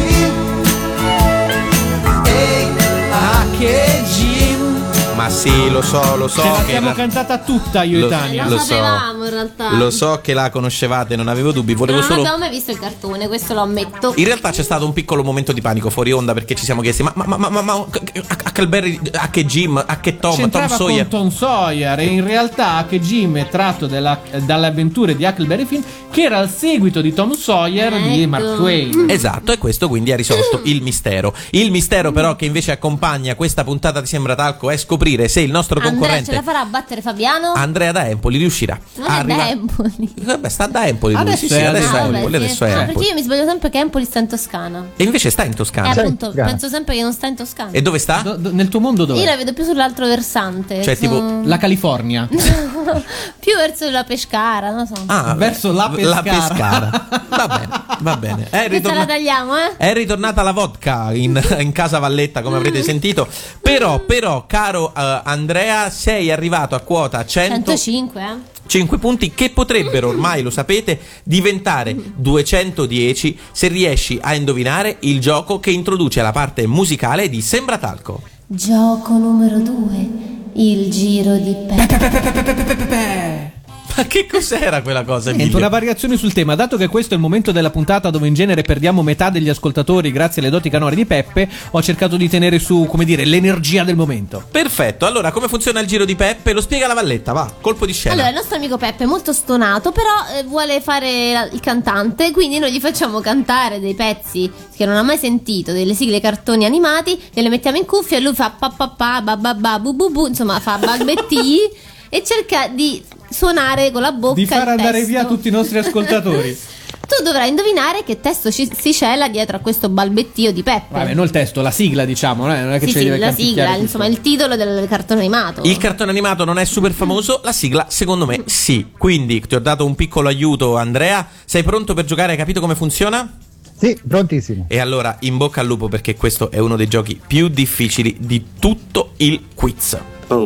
ehi, A che G. Ma sì, lo so, lo so. Ce che l'abbiamo la- cantata tutta io Lo- e Tania. lo Lo so. sapevamo in realtà. Lo so che la conoscevate, non avevo dubbi, volevo non solo... abbiamo mai visto il cartone, questo lo ammetto. In realtà c'è stato un piccolo momento di panico fuori onda, perché ci siamo chiesti: ma, ma, ma, ma, ma Huckleberry, a che Jim, a che Tom, Tom C'entrava Sawyer? con Tom Sawyer, e in realtà che Jim è tratto dalla- dalle avventure di Huckleberry Finn, che era il seguito di Tom Sawyer di Ecco. Mark Twain. Esatto, e questo quindi ha risolto il mistero. Il mistero però che invece accompagna questa puntata di Sembra Talco è scoprire se il nostro Andrea concorrente ce la farà a battere Fabiano? Andrea da Empoli riuscirà Non a è arrivare. da Empoli. Vabbè, sta da Empoli lui, Adesso sì, sì, è adesso è a vabbè, Empoli, sì. adesso è Ah, Empoli. perché io mi sbaglio sempre che Empoli sta in Toscana. E invece sta in Toscana. E appunto, Toscana. penso sempre che non sta in Toscana. E dove sta? Do- do- nel tuo mondo dove? Io la vedo più sull'altro versante. Cioè, tipo- Sono- La California. più verso la Pescara, non so. Ah, Verso la La Pescara. Pescara. Va bene, va bene. È, Questa ritorna- la tagliamo, eh? è ritornata la vodka in, in casa Valletta, come avrete sentito. Però, però, caro eh, Andrea, sei arrivato a quota cento centocinque, eh? cinque punti che potrebbero, ormai lo sapete, diventare duecentodieci se riesci a indovinare il gioco che introduce la parte musicale di Sembra Talco. Gioco numero due. Il giro di Peppe. Ma che cos'era quella cosa, Niente, Emilio? una variazione sul tema. Dato che questo è il momento della puntata dove in genere perdiamo metà degli ascoltatori grazie alle doti canore di Peppe, ho cercato di tenere su, come dire, l'energia del momento. Perfetto, allora come funziona il giro di Peppe? Lo spiega la Valletta, va, colpo di scena. Allora, il nostro amico Peppe è molto stonato, però eh, vuole fare la- il cantante, quindi noi gli facciamo cantare dei pezzi che non ha mai sentito, delle sigle cartoni animati, gliele mettiamo in cuffia e lui fa pa pa pa ba ba ba bu bu bu, insomma fa balbetti e cerca di suonare con la bocca Di far il andare testo. via tutti i nostri ascoltatori. Tu dovrai indovinare che testo ci- si cela dietro a questo balbettio di Peppe. Vabbè, non il testo, la sigla, diciamo, eh, non è che sì, ce sì, deve la canticchiare sigla, tutto. insomma, il titolo del cartone animato. Il cartone animato non è super famoso, la sigla secondo me sì. Quindi ti ho dato un piccolo aiuto, Andrea. Sei pronto per giocare? Hai capito come funziona? Sì, prontissimo. E allora in bocca al lupo, perché questo è uno dei giochi più difficili di tutto il quiz.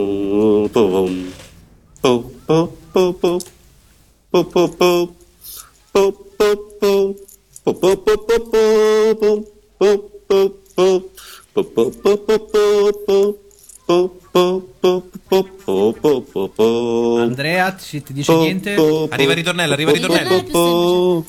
Andrea, ci- ti dice niente? Arriva il ritornello, arriva il ritornello.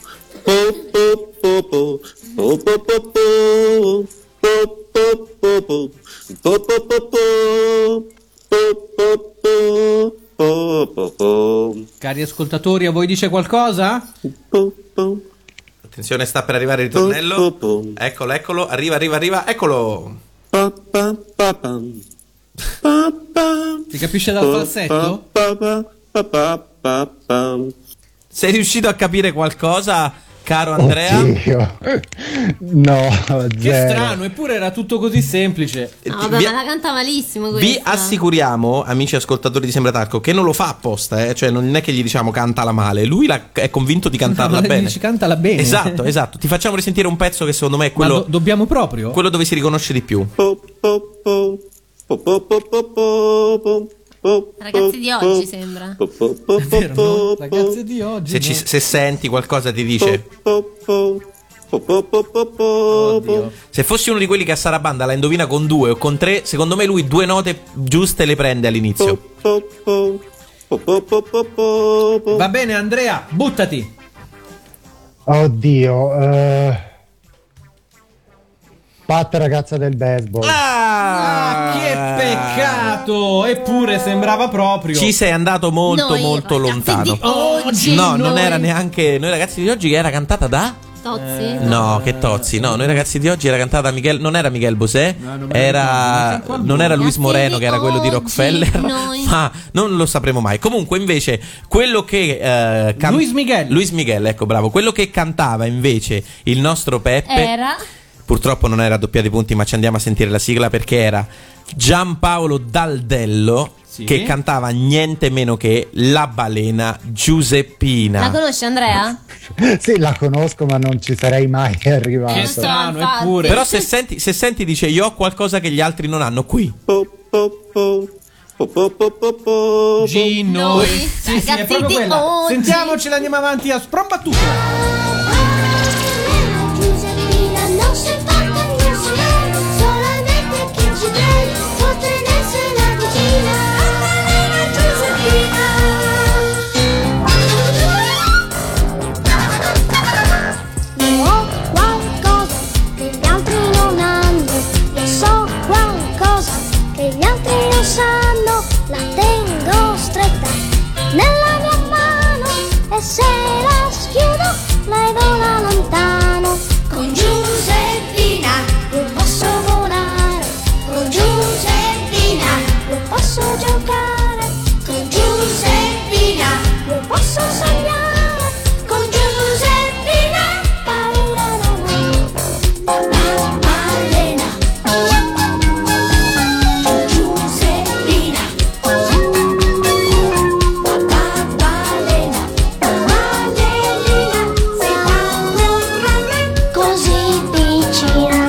Cari ascoltatori, a voi dice qualcosa? Attenzione, sta per arrivare il ritornello. Eccolo, eccolo, arriva, arriva, arriva, eccolo. Si capisce dal falsetto? Sei riuscito a capire qualcosa, caro Andrea? Oddio. No, zero. Che strano, eppure era tutto così semplice. No, vabbè, vi, ma la canta malissimo questa. vi assicuriamo, amici ascoltatori di Sembra Talco, che non lo fa apposta, eh? Cioè non è che gli diciamo cantala male, lui la, è convinto di cantarla no, bene. Dici, cantala bene. Esatto, esatto. Ti facciamo risentire un pezzo che secondo me è quello. Ma do- dobbiamo proprio? Quello dove si riconosce di più. Ragazzi di oggi sembra. È vero, no? Ragazzi di oggi. Se, ci, no. se senti qualcosa ti dice. Oddio. Se fossi uno di quelli che a Sarabanda la indovina con due o con tre, secondo me lui due note giuste le prende all'inizio. Va bene, Andrea, buttati. Oddio. eh. Pat, ragazza del baseball. Ah, che peccato! Eppure sembrava proprio. Ci sei andato molto Noi, molto ragazzi lontano. di oggi, No, non noi. era neanche Noi ragazzi di oggi, che era cantata da? Tozzi? No, che Tozzi. No, Noi ragazzi di oggi era cantata da Miguel. Non era Miguel Bosé, No, non me lo era ricordo. Non non era Luis Ragazzi Moreno, di che era quello di oggi, Rockefeller. noi. Ma non lo sapremo mai. Comunque, invece, quello che eh, can- Luis Miguel. Luis Miguel, ecco, bravo. Quello che cantava invece il nostro Peppe. Era Purtroppo non era doppia di punti, ma ci andiamo a sentire la sigla perché era Giampaolo Daldello, Sì. che cantava niente meno che La balena Giuseppina. La conosci, Andrea? Sì, la conosco, ma non ci sarei mai arrivato. Che strano, infatti. eppure. Però se senti, se senti dice io ho qualcosa che gli altri non hanno qui. Gino. Noi, Sì, sì, è ragazzi proprio di quella. oggi. Sentiamocela, andiamo avanti a sprombattuto. Giuseppina non si porta nessuno, solamente chi ci crede può tenersela vicina. La Giuseppina. Io ho qualcosa che gli altri non hanno, io so qualcosa che gli altri non sanno, la tengo stretta nella mia mano e se la schiudo lei vola lontano. Con Giuseppina io posso volare, con Giuseppina io posso giocare, con Giuseppina io posso sognare, con Giuseppina paura non ho. La balena Giuseppina, la balena, balenina, sei tanto grande, così piccina.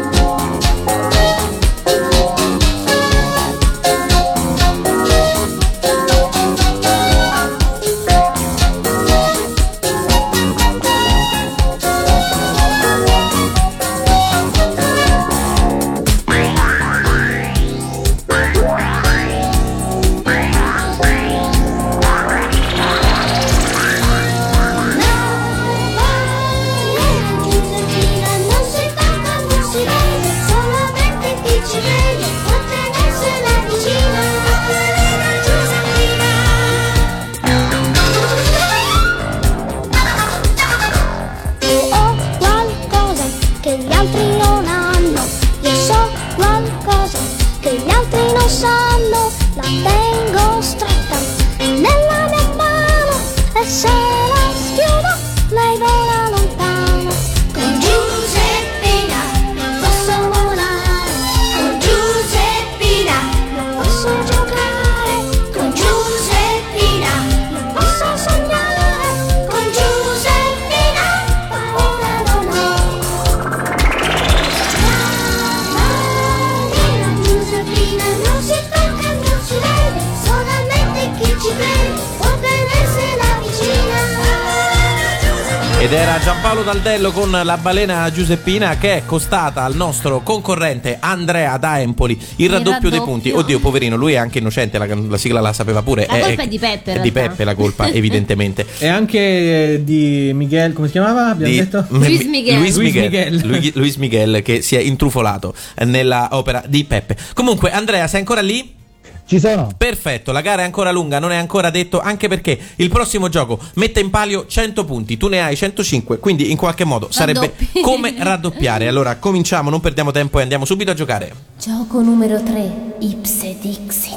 Giuseppina non si tocca, non si vede, solamente chi ci vede può tenersela vicina. Giuseppina. Io ho qualcosa che gli altri non hanno, io so qualcosa che gli altri non sanno, la tengo stretta nella mia mano e se la schiudo lei vola lontano. Con Giuseppina non posso volare, con Giuseppina non posso giocare, con Giuseppina non posso sognare, con Giuseppina paura non ho. La Giuseppina non si tocca, non si vede, solamente chi ci crede può tenersela vicina. Ed era Giampaolo Daldello con La balena Giuseppina, che è costata al nostro concorrente Andrea da Empoli il raddoppio dei punti. Oddio, poverino, lui è anche innocente, la, la sigla la sapeva pure. La colpa è di Peppe, È in di realtà. Peppe la colpa, evidentemente. E anche eh, di Miguel, come si chiamava? Abbiamo Di- detto? Luis Miguel. Luis Luis Miguel, Miguel. Luis- Luis Miguel, che si è intrufolato nella opera di Peppe. Comunque, Andrea, sei ancora lì? Ci sono. Perfetto, la gara è ancora lunga, non è ancora detto, anche perché il prossimo gioco mette in palio cento punti, tu ne hai centocinque, quindi in qualche modo sarebbe Raddoppi. come raddoppiare. Allora cominciamo, non perdiamo tempo e andiamo subito a giocare. Gioco numero tre, Ipse Dixit.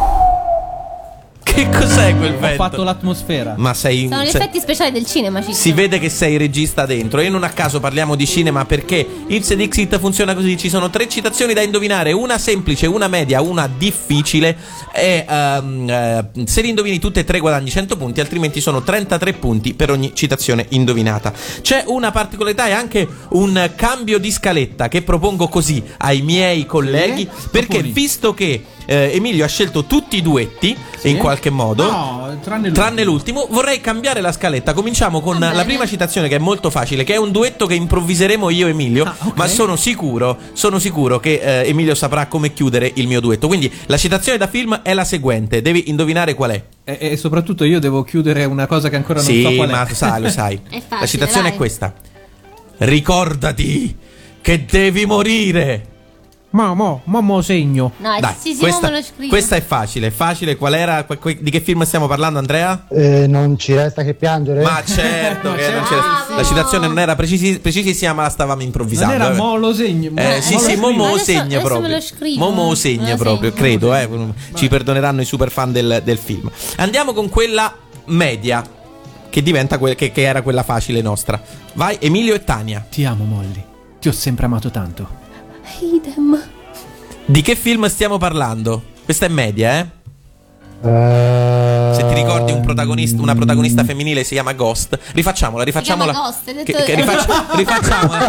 Che cos'è quel Ho vento? fatto l'atmosfera. Ma sei... Sono gli sei- effetti speciali del cinema, Ciccio. Si vede che sei regista dentro e non a caso parliamo di cinema perché Ipse Dixit funziona così, ci sono tre citazioni da indovinare, una semplice, una media, una difficile e um, eh, se li indovini tutte e tre guadagni cento punti, altrimenti sono trentatré punti per ogni citazione indovinata. C'è una particolarità e anche un cambio di scaletta che propongo così ai miei colleghi, perché Proponi. visto che eh, Emilio ha scelto tutti i duetti Sì? in qualche modo, No, tranne l'ultimo. tranne l'ultimo, vorrei cambiare la scaletta. Cominciamo con Va la bene. prima citazione, che è molto facile, che è un duetto che improvviseremo io e Emilio, Ah, ok. ma sono sicuro, sono sicuro che eh, Emilio saprà come chiudere il mio duetto. Quindi la citazione da film è la seguente, devi indovinare qual è. E, e soprattutto io devo chiudere una cosa che ancora non Sì, so qual è. ma sai, lo sai. È facile, La citazione vai. è questa: ricordati che devi morire. Ma mo, mo, mo segno. No, Dai, sì, sì, questa, me lo scrivo. questa è facile, è facile. Qual era? que- que- di che film stiamo parlando, Andrea? Eh, non ci resta che piangere. Ma certo che non c'era. Bravo. La citazione non era precisi- precisissima, ma la stavamo improvvisando. Non era eh. mo lo segno. mo- Eh, sì, mo lo sì, scrivo. Momo Adesso- segna adesso proprio. me lo scrivo. Momo Me segna lo proprio, segno. credo, eh. Ci perdoneranno i super fan del, del film. Andiamo con quella media, che diventa que- che, che era quella facile nostra. Vai, Emilio e Tania. Ti amo, Molly. Ti ho sempre amato tanto. Idem. Di che film stiamo parlando? Questa è media, eh? Eh, Se ti ricordi un protagonista, una protagonista femminile si chiama Ghost. Rifacciamola, rifacciamola. chiama Ghost, hai Che, detto- che rifaccia- rifacciamola.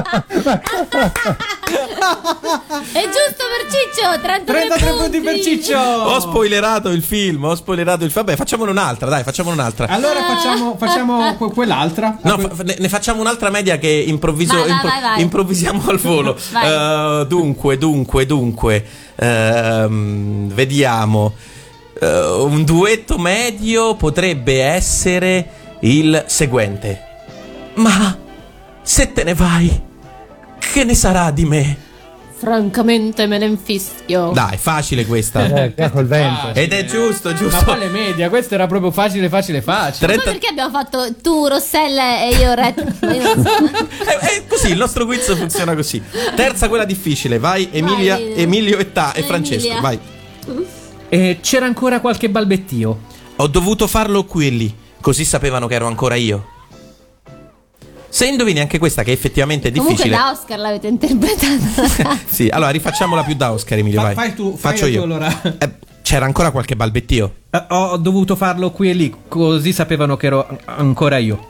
È giusto per Ciccio, trentatré, trentatré punti per Ciccio. Ho spoilerato il film, ho spoilerato il film. Vabbè, facciamone un'altra, dai, facciamone un'altra. Allora facciamo, facciamo que- quell'altra. No, fa- ne, ne facciamo un'altra media che improvviso, Vai, vai, impro- vai, vai. improvvisiamo al volo. Vai. Eh, dunque, dunque, dunque. ehm, vediamo. Eh, un duetto medio potrebbe essere il seguente. Ma se te ne vai, che ne sarà di me? Francamente me ne infischio. Dai, facile questa. Eh, che col vento. Ed è giusto, Ma giusto. quale media? Questa era proprio facile, facile, facile. Ma poi trenta perché abbiamo fatto tu, Rossella e io, Red? Io non so. È, è così, il nostro quiz funziona così. Terza, quella difficile. Vai, Emilia, Vai. Emilio e, ta, e Francesco. Emilia. Vai. E c'era ancora qualche balbettio. Ho dovuto farlo qui e lì, così sapevano che ero ancora io. Se indovini anche questa, che effettivamente è Comunque difficile. da Oscar l'avete interpretata. Sì, allora rifacciamola più da Oscar, Emilio. Fa- vai. fai tu, fai Faccio tu io. allora. Eh, c'era ancora qualche balbettio. Eh, ho dovuto farlo qui e lì, così sapevano che ero ancora io.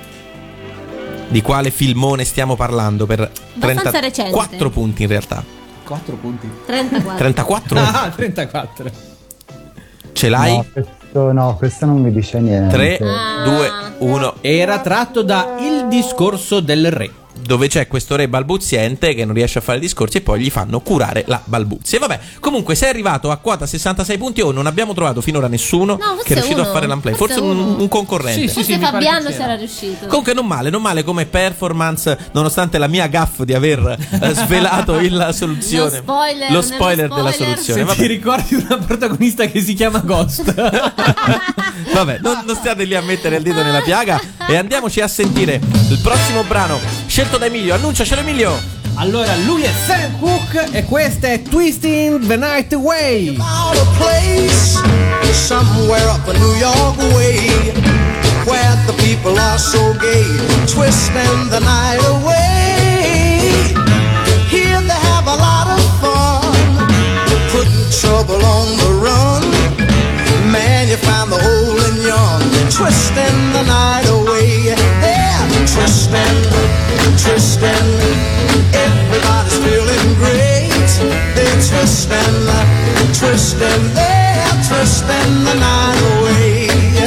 Di quale filmone stiamo parlando? Per Abbastanza recente. trentaquattro punti in realtà. quattro punti. trentaquattro. trentaquattro? Ah, trentaquattro. Ce l'hai? No, questo, no, questo non mi dice niente. tre, Ah. due, uno. Era tratto da Il discorso del re. Dove c'è questo re balbuziente che non riesce a fare discorsi e poi gli fanno curare la balbuzia. E vabbè, comunque sei arrivato a quota sessantasei punti o non abbiamo trovato finora nessuno No, forse che è riuscito uno. a fare l'unplay. Forse Forse, un, uno. un concorrente. Sì, sì. Forse mi pare Fabiano che si c'era. era riuscito. Comunque non male, non male come performance, nonostante la mia gaff di aver eh, svelato il- la soluzione. Lo spoiler Lo nello spoiler della spoiler. soluzione. Se Vabbè. ti ricordi una protagonista che si chiama Ghost. Vabbè, non, non stiate lì a mettere il dito nella piaga. E andiamoci a sentire il prossimo brano scelto da Emilio. Annunciacelo, Emilio. Allora, lui è Sam Cooke e questa è Twisting the Night Away. About a place somewhere up a New York way where the people are so gay, twisting the night away. Here they have a lot of fun, putting trouble on the run. Man, you find the old and young, twisting the night away. They're twisting, twisting. Everybody's feeling great. They're twisting, twisting. They're twisting the night away.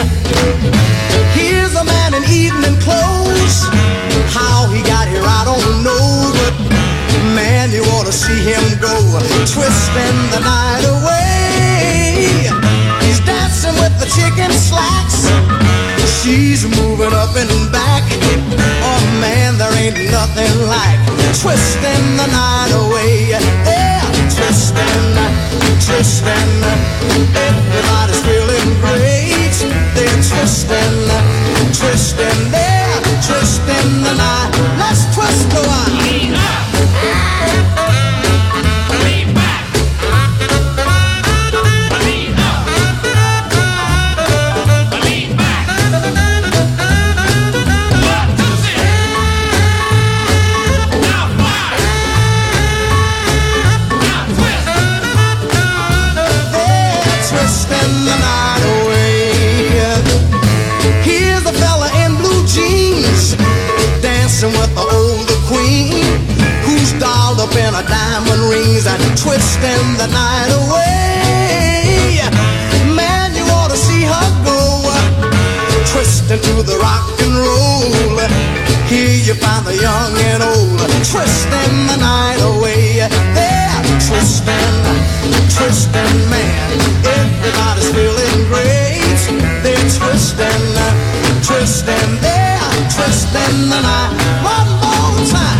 Here's a man in evening clothes. How he got here, I don't know. But man, you ought to see him go, twisting the night away. He's dancing with the chicken slacks. She's moving up and back. Oh man, there ain't nothing like twisting the night away. Yeah, twisting, twisting. up in her diamond rings and twisting the night away. Man, you ought to see her go, twisting to the rock and roll. Here you find the young and old, twisting the night away. They're twisting, twisting, man. Everybody's feeling great. They're twisting, twisting, they're twisting the night. One more time.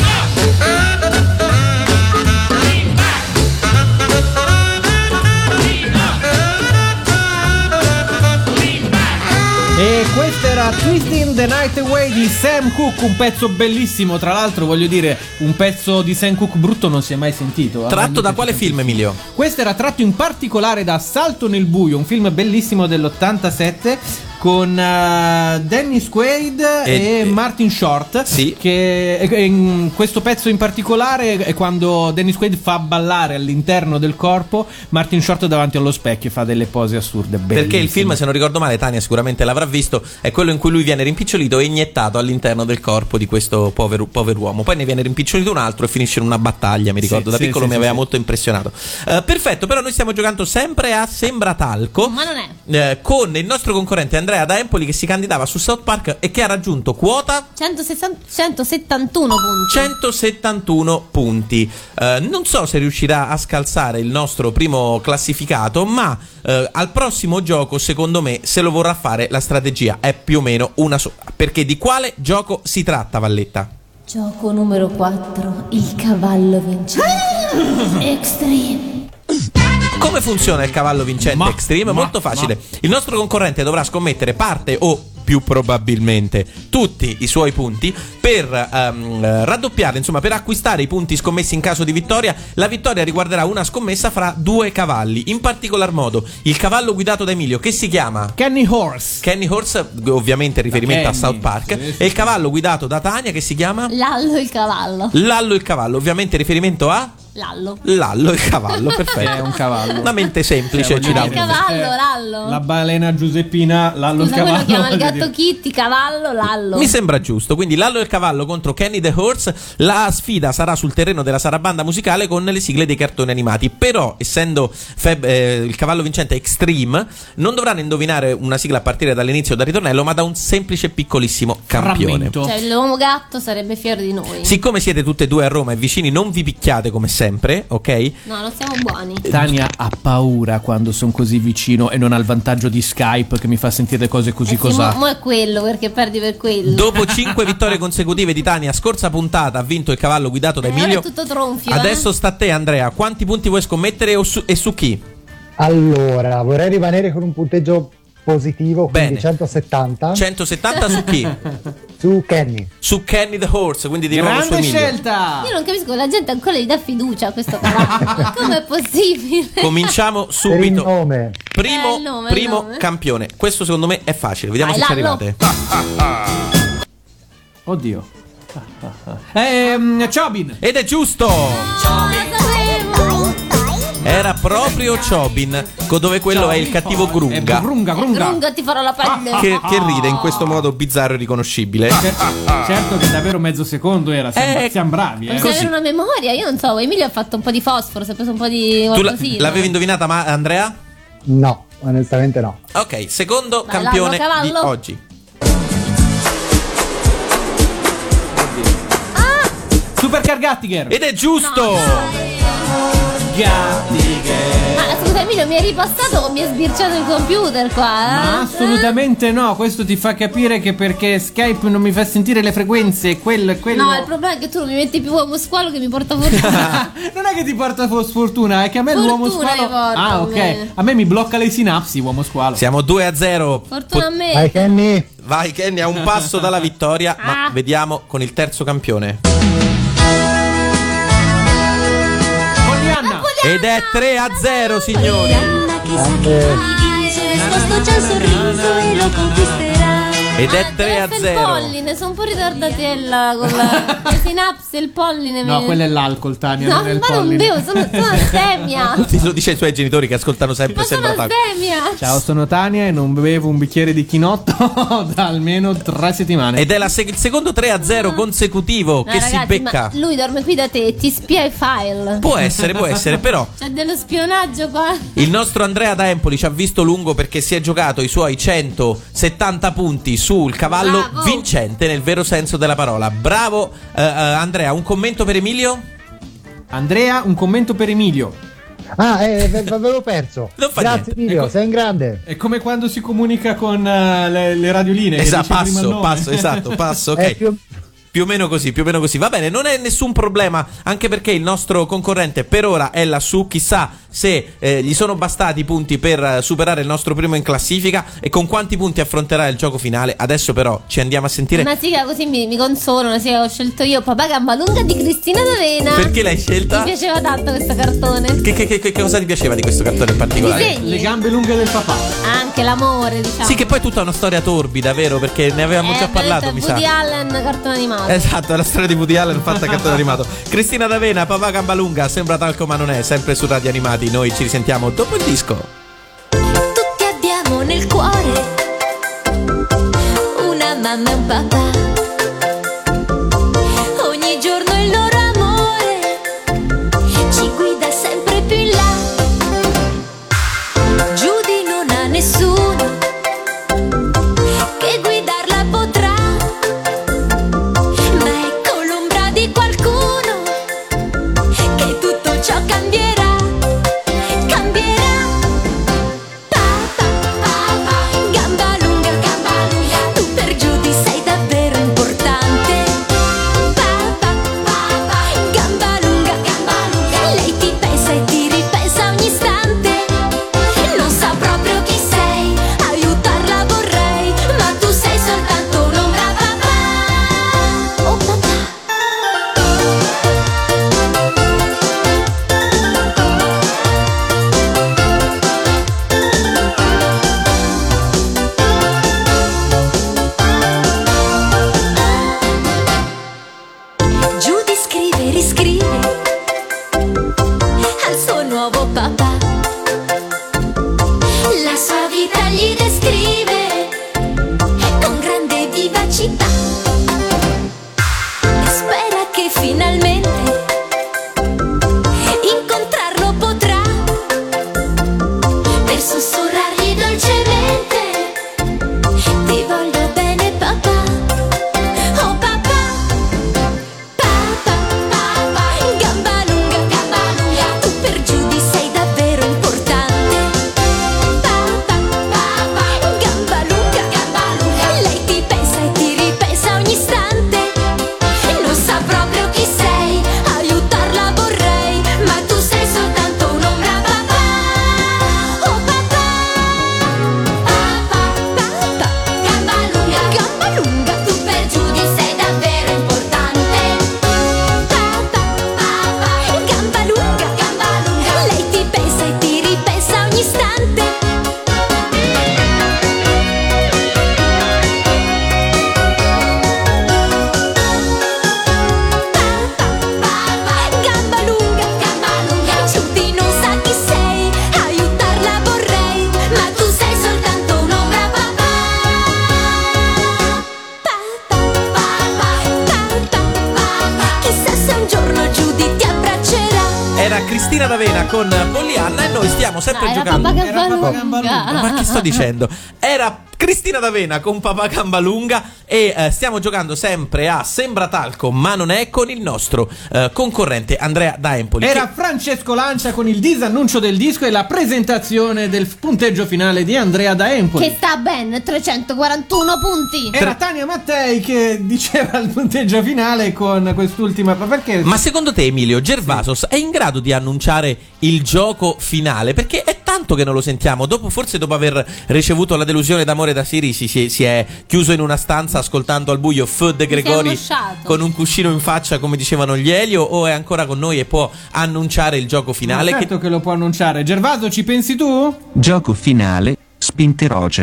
E questa era Twisting the Night Away di Sam Cooke, un pezzo bellissimo, tra l'altro voglio dire, un pezzo di Sam Cooke brutto non si è mai sentito. Tratto da quale film, Emilio? Questo era tratto in particolare da Salto nel buio, un film bellissimo dell'ottantasette con uh, Dennis Quaid e, e Martin Short. Sì. Che in questo pezzo in particolare è quando Dennis Quaid fa ballare all'interno del corpo Martin Short davanti allo specchio e fa delle pose assurde bellissime. Perché il film, se non ricordo male, Tania sicuramente l'avrà visto, è quello in cui lui viene rimpicciolito e iniettato all'interno del corpo di questo povero, pover'uomo. Poi ne viene rimpicciolito un altro e finisce in una battaglia, mi ricordo, sì, da sì, piccolo sì, mi sì, aveva sì. molto impressionato. Uh, perfetto, però noi stiamo giocando sempre a Sembratalco. Ma non è. Eh, con il nostro concorrente Andrea da Empoli, che si candidava su South Park e che ha raggiunto quota centosessanta centosettantuno punti. centosettantuno punti. Eh, non so se riuscirà a scalzare il nostro primo classificato, ma eh, al prossimo gioco, secondo me, se lo vorrà fare, la strategia è più o meno una sola. Perché di quale gioco si tratta, Valletta? Gioco numero quattro, il cavallo vincente. Extreme. Come funziona il cavallo vincente Ma, Extreme? ma, Molto facile. ma. Il nostro concorrente dovrà scommettere parte o più probabilmente tutti i suoi punti per um, raddoppiare, insomma, per acquistare i punti scommessi in caso di vittoria. La vittoria riguarderà una scommessa fra due cavalli, in particolar modo il cavallo guidato da Emilio, che si chiama Kenny Horse. Kenny Horse, ovviamente in riferimento Kenny, a South Park, sì, sì. e il cavallo guidato da Tania, che si chiama Lallo il cavallo. Lallo il cavallo, ovviamente in riferimento a Lallo. Lallo il cavallo, perfetto. È un cavallo. Una mente semplice, Eh, ci dà Il un cavallo, Eh, Lallo. La balena Giuseppina, Lallo Scusa, il poi cavallo. lo chiama il voglio gatto dire. Kitty, cavallo, Lallo. Mi sembra giusto, quindi Lallo e il cavallo contro Kenny the Horse. La sfida sarà sul terreno della sarabanda musicale con le sigle dei cartoni animati. Però, essendo Feb, eh, il cavallo vincente Extreme, non dovranno indovinare una sigla a partire dall'inizio o dal ritornello, ma da un semplice piccolissimo campione. Frammento. Cioè, l'uomo gatto sarebbe fiero di noi. Siccome siete tutte e due a Roma e vicini, non vi picchiate come sempre, ok? No, non siamo buoni. Tania ha paura quando sono così vicino e non ha il vantaggio di Skype che mi fa sentire cose così Eh sì, cosà. mo, mo è quello, perché perdi per quello. Dopo cinque vittorie consecutive di Tania, scorsa puntata ha vinto il cavallo guidato da Eh, Emilio. ora è tutto tronfio. Adesso eh. sta a te, Andrea. Quanti punti vuoi scommettere o su- e su chi? Allora, vorrei rimanere con un punteggio positivo, quindi Bene. centosettanta. centosettanta su chi? Su Kenny. Su Kenny the Horse, quindi di nuovo su Grande Emilio. scelta! Io non capisco, la gente ancora gli dà fiducia a questo cavallo. Come è possibile? Cominciamo Per il subito. nome. Primo, Eh, il nome, primo il nome. campione. Questo secondo me è facile. Vediamo Vai, se ci Lallo. arrivate. Oddio. Ehm, Chobin. Ed è giusto! Era proprio Chobin, co- dove quello è il cattivo È Grunga. Grunga, Grunga. Grunga ti farò la pelle. Che, che ride in questo modo bizzarro e riconoscibile. Cer- certo che davvero mezzo secondo era. Siamo, Eh, siamo bravi, eh. Bisogna avere una memoria, io non so. Emilio ha fatto un po' di fosforo, si è preso un po' di Tu la- qualcosina. l'avevi indovinata, ma Andrea? No, onestamente no. Ok, secondo Vai, campione Lallo, di cavallo. oggi. Supercar Gattiger. Ed è giusto! Gattiger. Ah, scusa Emilio, mi hai ripassato o mi hai sbirciato il computer qua? Eh? Ma assolutamente no, questo ti fa capire che perché Skype non mi fa sentire le frequenze, quello, quello... No, il problema è che tu non mi metti più uomo squalo che mi porta fortuna. Non è che ti porta fo- sfortuna, è che a me Fortuna l'uomo squalo... mi porta Ah, a ok. me. A me mi blocca le sinapsi, uomo squalo. Siamo due a zero. Fortuna a me. Vai Kenny. Vai Kenny, a un passo dalla vittoria, ma Ah. vediamo con il terzo campione. Polianna. Ed è tre a zero, signori. Grande. Se nascosto c'è il sorriso e lo conquisterà. Ed è Ah, tre a deve essere zero. il polline, sono un po' ritardatella con la le sinapsi e il polline. No, mi- quello è l'alcol, Tania, No, non è il ma non polline. bevo, sono, sono astemia. Lo dice ai suoi genitori che ascoltano sempre Ma sono Sembra Talco. astemia. Ciao, sono Tania e non bevo un bicchiere di chinotto da almeno tre settimane. Ed è la sec- il secondo tre a zero consecutivo No, che ragazzi, si becca. ma lui dorme qui da te e ti spia i file. Può essere, può essere, però C'è dello spionaggio qua. il nostro Andrea da Empoli ci ha visto lungo perché si è giocato i suoi centosettanta punti sul cavallo Bravo. vincente nel vero senso della parola. Bravo eh, eh, Andrea, un commento per Emilio? Andrea, un commento per Emilio. Ah, eh, v- avevo perso. Non fa Grazie niente. Emilio, Ecco. sei in grande. È come quando si comunica con eh, le, le radioline. che Esatto, dice prima il passo, nome. passo, esatto, passo, ok. Eh, più- Più o meno così, più o meno così. Va bene, non è nessun problema, anche perché il nostro concorrente per ora è lassù. Chissà se eh, gli sono bastati i punti per eh, superare il nostro primo in classifica e con quanti punti affronterà il gioco finale. Adesso però ci andiamo a sentire. Una sigla così mi, mi consolo, una sigla che ho scelto io, Papà Gamba Lunga di Cristina D'Avena. Perché l'hai scelta? Mi piaceva tanto questo cartone. Che, che- che- che cosa ti piaceva di questo cartone in particolare? Disegni. Le gambe lunghe del papà. Anche l'amore, diciamo. Sì, che poi è tutta una storia torbida, vero? Perché ne avevamo Eh, già parlato, detto, mi Woody sa. Allen, cartone animato. Esatto, è la storia di Woody Allen fatta a cartone animato. Cristina D'Avena, Papà Gambalunga, Sembra Talco ma non è, sempre su Radio Animati. Noi ci risentiamo dopo il disco. Tutti abbiamo nel cuore una mamma e un papà. Ogni giorno il loro amore ci guida sempre più in là. Giudy non ha nessuno che guidarla potrà, ma ecco l'ombra di qualcuno che tutto ciò cambierà. Cambierà. Papà, papà, gamba lunga, gamba lunga, tu per Giudy sei davvero importante. Papà, papà, gamba lunga, gamba lunga, lei ti pensa e ti ripensa ogni istante. Non sa proprio chi sei, aiutarla vorrei, ma tu sei soltanto un'ombra, papà. Oh papà. Giudy scrive e riscrive al suo nuovo papà. La sua vita gli descrive con grande vivacità e spera che finalmente incontrarlo potrà per sussurrargli dolcemente: ti voglio bene papà. Oh papà. Papà, papà, gamba lunga, gamba lunga, tu per Giudy sei davvero importante. Papà, papà, gamba lunga, gamba lunga, lei ti pensa e ti ripensa ogni istante. Non sa proprio chi sei, aiutarla vorrei, ma tu sei soltanto un'ombra, papà. Oh papà. Papà, papà, gamba lunga, gamba lunga, tu per Giudy sei davvero importante. Papà, papà, gamba lunga, gamba lunga, lei ti pensa e ti ripensa ogni istante. Papà, gamba lunga, gamba lunga, Giudy non sa chi sei, aiutarla vorrei, ma tu sei soltanto un'ombra, papà. Papà, papà, papà, papà, chissà se un giorno Giudy ti abbraccerà. Era Cristina D'Avena con Pollyanna e noi stiamo sempre Ah, era giocando. Papà Era Papà Gamba Gamba Lunga. Ma che sto dicendo? Era Cristina D'Avena con Papà Gambalunga e eh, stiamo giocando sempre a Sembra Talco ma non è con il nostro eh, concorrente Andrea da Empoli. Era che- Francesco Lancia con il disannuncio del disco e la presentazione del punteggio finale di Andrea da Empoli. Che sta a ben trecentoquarantuno punti. Era Tania Mattei che diceva il punteggio finale con quest'ultima. Ma perché? Ma secondo te Emilio Gervasos è in grado di annunciare il gioco finale? Perché è tanto che non lo sentiamo. Dopo, forse dopo aver ricevuto la delusione d'amore da Siri si, si, si è chiuso in una stanza ascoltando al buio F De Gregori angosciato. con un cuscino in faccia come dicevano gli Elio, o è ancora con noi e può annunciare il gioco finale? Ma certo che... lo può annunciare. Gervaso, ci pensi tu? Gioco finale, spinterogeno.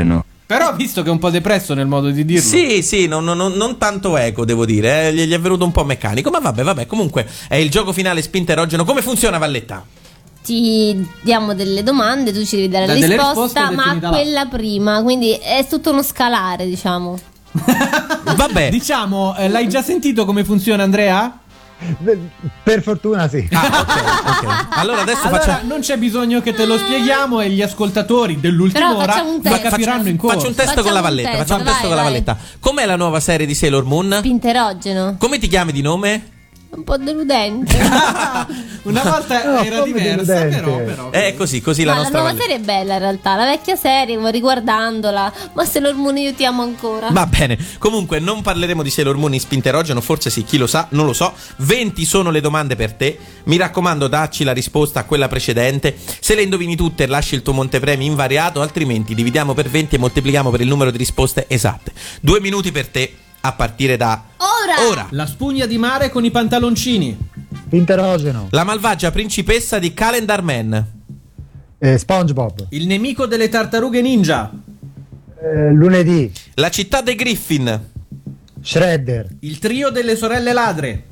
Però visto che è un po' depresso nel modo di dirlo. Sì, sì, non, non, non tanto eco, devo dire, eh. gli, gli è venuto un po' meccanico, ma vabbè, vabbè, comunque è il gioco finale spinta erogeno. Come funziona, Valletta? Ti diamo delle domande, tu ci devi dare la Delle risposta, risposte ma definite là. quella prima, quindi è tutto uno scalare, diciamo. Vabbè. Diciamo, eh, l'hai già sentito come funziona, Andrea? Per fortuna sì. Ah, ok, ok. Allora adesso Allora, facciamo. non c'è bisogno che te lo spieghiamo e gli ascoltatori dell'ultima Però ora facciamo un lo test. capiranno in corso. Faccio un test Facciamo con la un Valletta. test, Facciamo un test vai, con la vai. Valletta. Com'è la nuova serie di Sailor Moon? Pinterogeno. Come ti chiami di nome? Un po' deludente. Una volta No, era come diversa, deludente. però, però. È così, così la Ma la nostra nuova Valletta. serie è bella in realtà, la vecchia serie, riguardandola. Ma Sailor Moon io ti amo ancora. Va bene, comunque non parleremo di Sailor Moon in spinterogeno, forse sì, chi lo sa, non lo so. venti sono le domande per te. Mi raccomando, dacci la risposta a quella precedente. Se le indovini tutte, lasci il tuo montepremi invariato, altrimenti dividiamo per venti e moltiplichiamo per il numero di risposte esatte. Due minuti per te a partire da Ora! ora. La spugna di mare con i pantaloncini. Interogeno. La malvagia principessa di Calendar Man. Eh, SpongeBob. Il nemico delle tartarughe ninja. Eh, lunedì. La città dei Griffin. Shredder. Il trio delle sorelle ladre.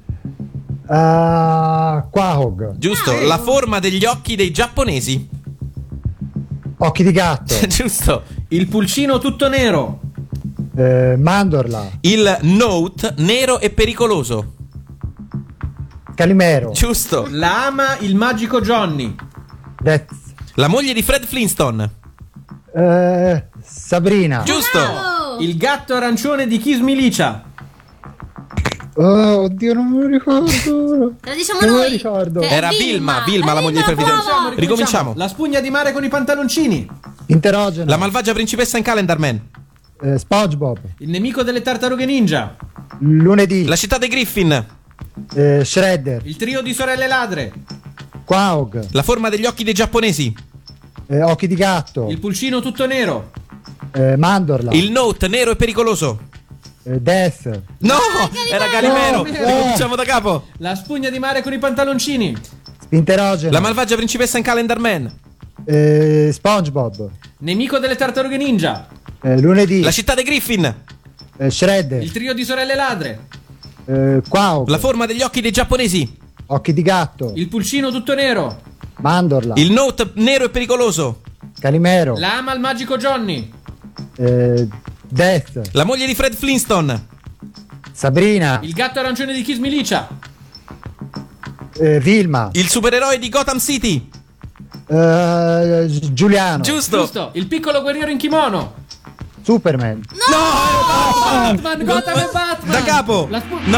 Uh, Quahog. Giusto. La forma degli occhi dei giapponesi. Occhi di gatto. Giusto. Il pulcino tutto nero. Eh, Mandorla. Il Note nero e pericoloso. Calimero. Giusto. La ama il magico Johnny. Death. La moglie di Fred Flintstone. Eh, Sabrina. Giusto. Bravo! Il gatto arancione di Kiss Milicia. Oh, oddio, non me lo ricordo. Te la diciamo Non me lo noi. ricordo. Che è Era Vilma, Vilma, la moglie di Fred bravo! Flintstone. Ricominciamo. La spugna di mare con i pantaloncini. Interogeno. La malvagia principessa in Calendar Man. Eh, SpongeBob. Il nemico delle tartarughe ninja. Lunedì. La città dei Griffin. Eh, Shredder. Il trio di sorelle ladre. Quahog. La forma degli occhi dei giapponesi. Eh, occhi di gatto. Il pulcino tutto nero. Eh, Mandorla. Il Note nero e pericoloso. Eh, Death. No, era Calimero. No, Ricominciamo da capo. La spugna di mare con i pantaloncini. Interogeno. La malvagia principessa in Calendar Man. Eh, SpongeBob. Nemico delle tartarughe ninja. Eh, lunedì. La città dei Griffin. Eh, Shredder. Il trio di sorelle ladre. Eh, Quahog. La forma degli occhi dei giapponesi. Occhi di gatto. Il pulcino tutto nero. Mandorla. Il Note nero e pericoloso. Calimero. La ama il magico Johnny. Eh, Death. La moglie di Fred Flintstone. Sabrina. Il gatto arancione di Kiss Milicia. Eh, Vilma. Il supereroe di Gotham City. Eh, Giuliano. Giusto. Giusto. Il piccolo guerriero in kimono. Superman. Batman, Gotham e Batman. Da capo. La spu-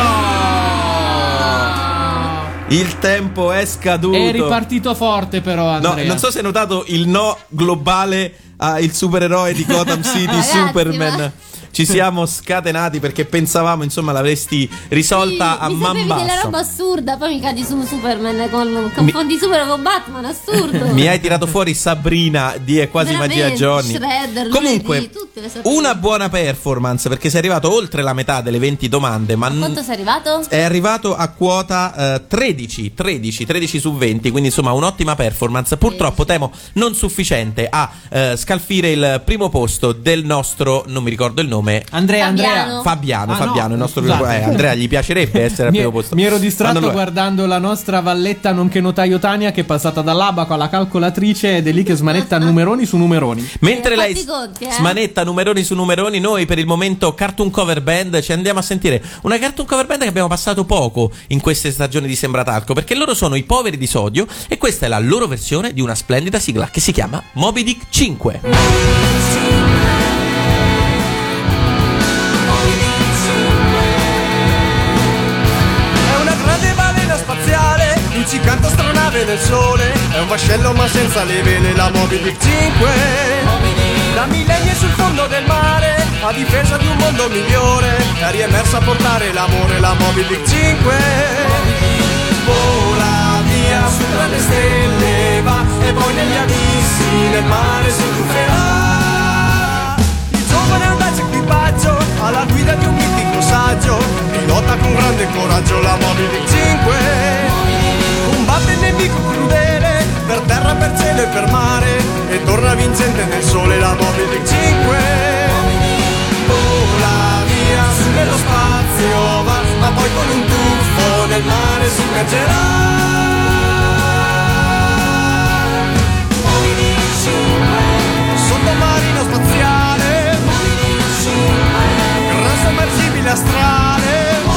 No. Il tempo è scaduto. È ripartito forte però, No, Andrea. non so se hai notato il no globale al supereroe di Gotham City, Ragazzi, Superman. ma- Ci siamo scatenati perché pensavamo, insomma, l'avresti risolta Sì, a mi man sapevi della bassa. roba assurda, poi mi cadi su Superman con confondi Superman con Batman, assurdo. Mi hai tirato fuori Sabrina di È quasi Veramente, magia Johnny. Shredder, Comunque, lunedì, tutte le sorprese. una buona performance perché sei arrivato oltre la metà delle venti domande, ma n- Quanto sei arrivato? è arrivato a quota eh, tredici, tredici, tredici su venti, quindi insomma un'ottima performance. Purtroppo temo non sufficiente a eh, scalfire il primo posto del nostro, non mi ricordo il nome, Andrea, Andrea. Fabiano, Ah, Fabiano, no, il nostro scusate. eh, Andrea gli piacerebbe essere al Mi, primo posto. mi ero distratto Ma non lo è. guardando la nostra Valletta nonché notaio Tania che è passata dall'abaco alla calcolatrice ed è lì che smanetta numeroni su numeroni. Mentre Eh, lei fatti i conti, eh. smanetta numeroni su numeroni, noi per il momento Cartoon Cover Band ci andiamo a sentire una Cartoon Cover Band che abbiamo passato poco in queste stagioni di Sembratalco, perché loro sono i poveri di sodio e questa è la loro versione di una splendida sigla che si chiama Moby Dick cinque. Luccicante astronave nel sole, è un vascello ma senza le vele, la Moby Dick cinque. Da millenni sul fondo del mare, a difesa di un mondo migliore, è riemersa a portare l'amore, la Moby Dick cinque. Vola via su tra le stelle, va e poi negli abissi del mare si tufferà. Il giovane audace equipaggio, alla guida di un mitico saggio, pilota con grande coraggio la Moby Dick cinque. Combatte il nemico crudele, per terra, per cielo e per mare, e torna vincente nel sole la Moby Dick cinque. immergerà. Sottomarino spaziale, gran sommergibile astrale,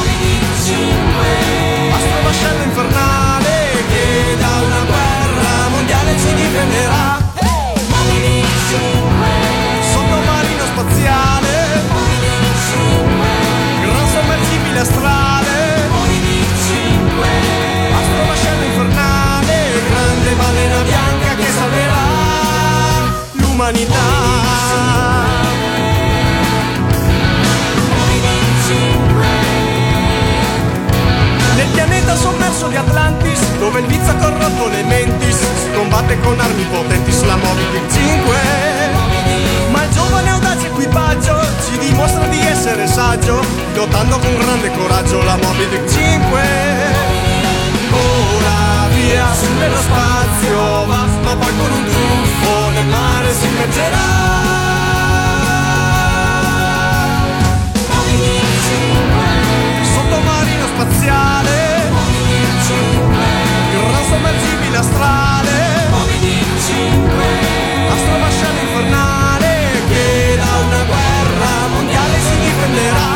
astrovascello infernale che da una guerra mondiale ci difenderà. Sottomarino spaziale, gran sommergibile astrale, astrovascello infernale, grande balena bianca che salverà l'umanità. Nel pianeta sommerso di Atlantis, dove il vizio ha corrotto le mentis, si combatte con armi potenti sulla Moby Dick cinque. Ma il giovane audace equipaggio ci dimostra di essere saggio, pilotando con grande coraggio la Moby Dick cinque. Ora via nello spazio va, ma poi con un tuffo nel mare si immergerà. Sottomarino spaziale, gran sommergibile astrale, astrovascello infernale che da una guerra mondiale si difenderà.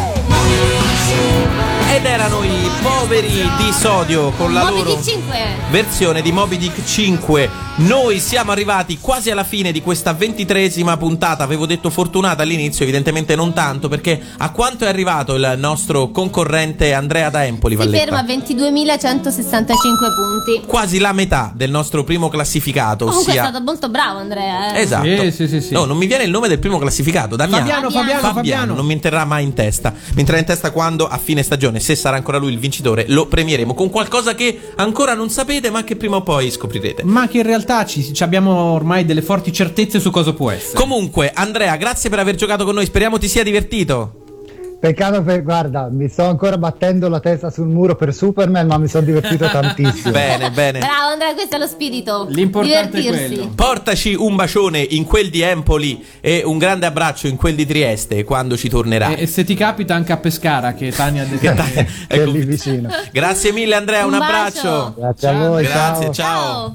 Ed erano i poveri di Sodio con la Moby loro Dick cinque. versione di Moby Dick cinque. Noi siamo arrivati quasi alla fine di questa ventitreesima puntata. Avevo detto fortunata all'inizio, evidentemente non tanto, perché a quanto è arrivato il nostro concorrente Andrea da Empoli, Si Valletta? ferma a ventiduemilacentosessantacinque punti. Quasi la metà del nostro primo classificato, Comunque ossia è stato molto bravo Andrea, eh. esatto. Sì, sì, sì, sì. No, non mi viene il nome del primo classificato. Damiano. Fabiano, Fabiano, Fabiano. Non mi entrerà mai in testa. Mi entrerà in testa quando a fine stagione, se sarà ancora lui il vincitore, lo premieremo con qualcosa che ancora non sapete, ma che prima o poi scoprirete. Ma che in realtà ci, ci abbiamo ormai delle forti certezze su cosa può essere. Comunque, Andrea, grazie per aver giocato con noi. Speriamo ti sia divertito. Peccato per, guarda, mi sto ancora battendo la testa sul muro per Superman, ma mi sono divertito tantissimo. Bene, bene. Bravo Andrea, questo è lo spirito. L'importante è Divertirsi. quello. Portaci un bacione in quel di Empoli e un grande abbraccio in quel di Trieste quando ci tornerà. E, e se ti capita anche a Pescara, che Tania ha detto. Che Tania- Che è ecco. lì vicino. Grazie mille Andrea, un, Un abbraccio. bacio. Grazie a voi, Grazie, ciao. ciao.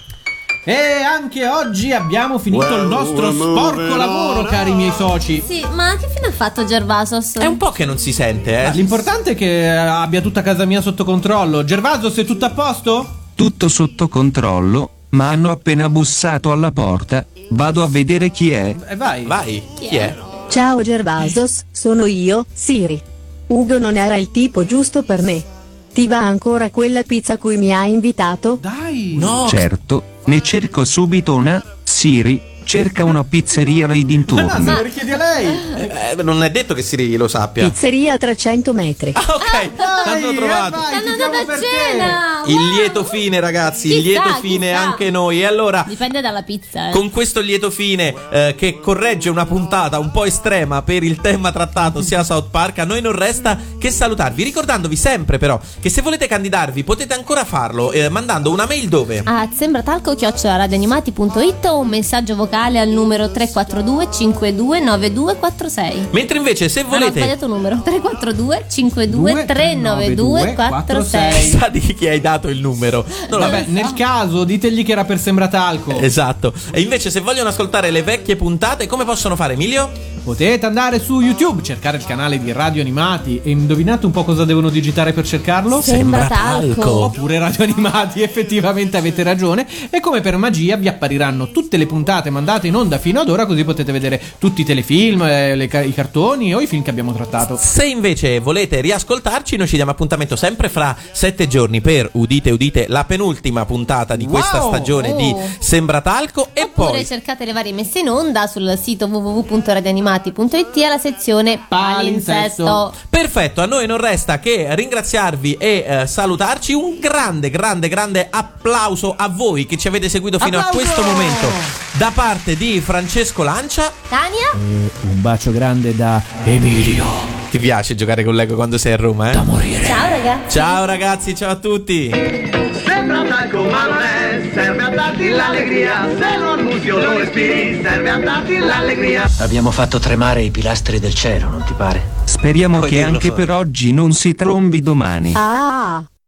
E anche oggi abbiamo finito il nostro sporco lavoro, cari miei soci. Sì, ma che fine ha fatto Gervasos? È un po' che non si sente, Ma eh. l'importante è che abbia tutta casa mia sotto controllo. Gervaso, sei tutto a posto? Tutto sotto controllo, ma hanno appena bussato alla porta. Vado a vedere chi è. E vai. Vai, chi è? Ciao Gervasos, sono io, Siri. Ugo non era il tipo giusto per me. Ti va ancora quella pizza a cui mi hai invitato? Dai. No. Certo, ne cerco subito una. Siri, cerca una pizzeria nei Ma dintorni. se lo richiedi a lei. Eh, non è detto che Siri lo sappia. Pizzeria a trecento metri. Ah, ok, l'hanno trovato. vai, Stanno ti andando siamo a per te. cena. Il Wow. lieto fine, ragazzi, il Chissà, lieto fine chissà. anche noi. E allora, Dipende dalla pizza, eh. con questo lieto fine eh, che corregge una puntata un po' estrema per il tema trattato sia South Park, a noi non resta che salutarvi, ricordandovi sempre però che se volete candidarvi potete ancora farlo eh, mandando una mail dove? A sembratalco chiocciola radioanimati punto it o un messaggio vocale al numero tre quattro due cinque due nove due quattro sei. Mentre invece se Ah, no, ho volete sbagliato numero. tre quattro due cinque due tre nove due quattro sei. sa di chi hai dato il numero. Non lo- Vabbè, nel caso ditegli che era per Sembratalco. Esatto. E invece se vogliono ascoltare le vecchie puntate come possono fare, Emilio? Potete andare su YouTube, cercare il canale di Radio Animati e indovinate un po' cosa devono digitare per cercarlo? Sembratalco. Oppure Radio Animati, effettivamente avete ragione. E come per magia vi appariranno tutte le puntate mandate in onda fino ad ora, così potete vedere tutti i telefilm, eh, le ca- i cartoni o i film che abbiamo trattato. Se invece volete riascoltarci, noi ci diamo appuntamento sempre fra sette giorni per, udite udite, la penultima puntata di questa Wow! stagione di Oh. Sembratalco. E Oppure poi cercate le varie messe in onda sul sito w w w punto radioanimati punto it alla sezione palinsesto. perfetto, a noi non resta che ringraziarvi e eh, salutarci. Un grande, grande, grande applauso a voi che ci avete seguito fino Applauso! a questo momento da parte di Francesco Lancia. Tania? Un bacio grande da Emilio. Ti piace giocare con Lego quando sei a Roma, eh? Da morire. Ciao ragazzi. Ciao ragazzi, ciao a tutti. Sembra talco ma non è, serve a darti l'allegria, se lo annusi o lo respiri, serve a darti l'allegria. Abbiamo fatto tremare i pilastri del cielo, non ti pare? Speriamo Puoi che dirlo anche fuori. per oggi non si trombi domani. Ah.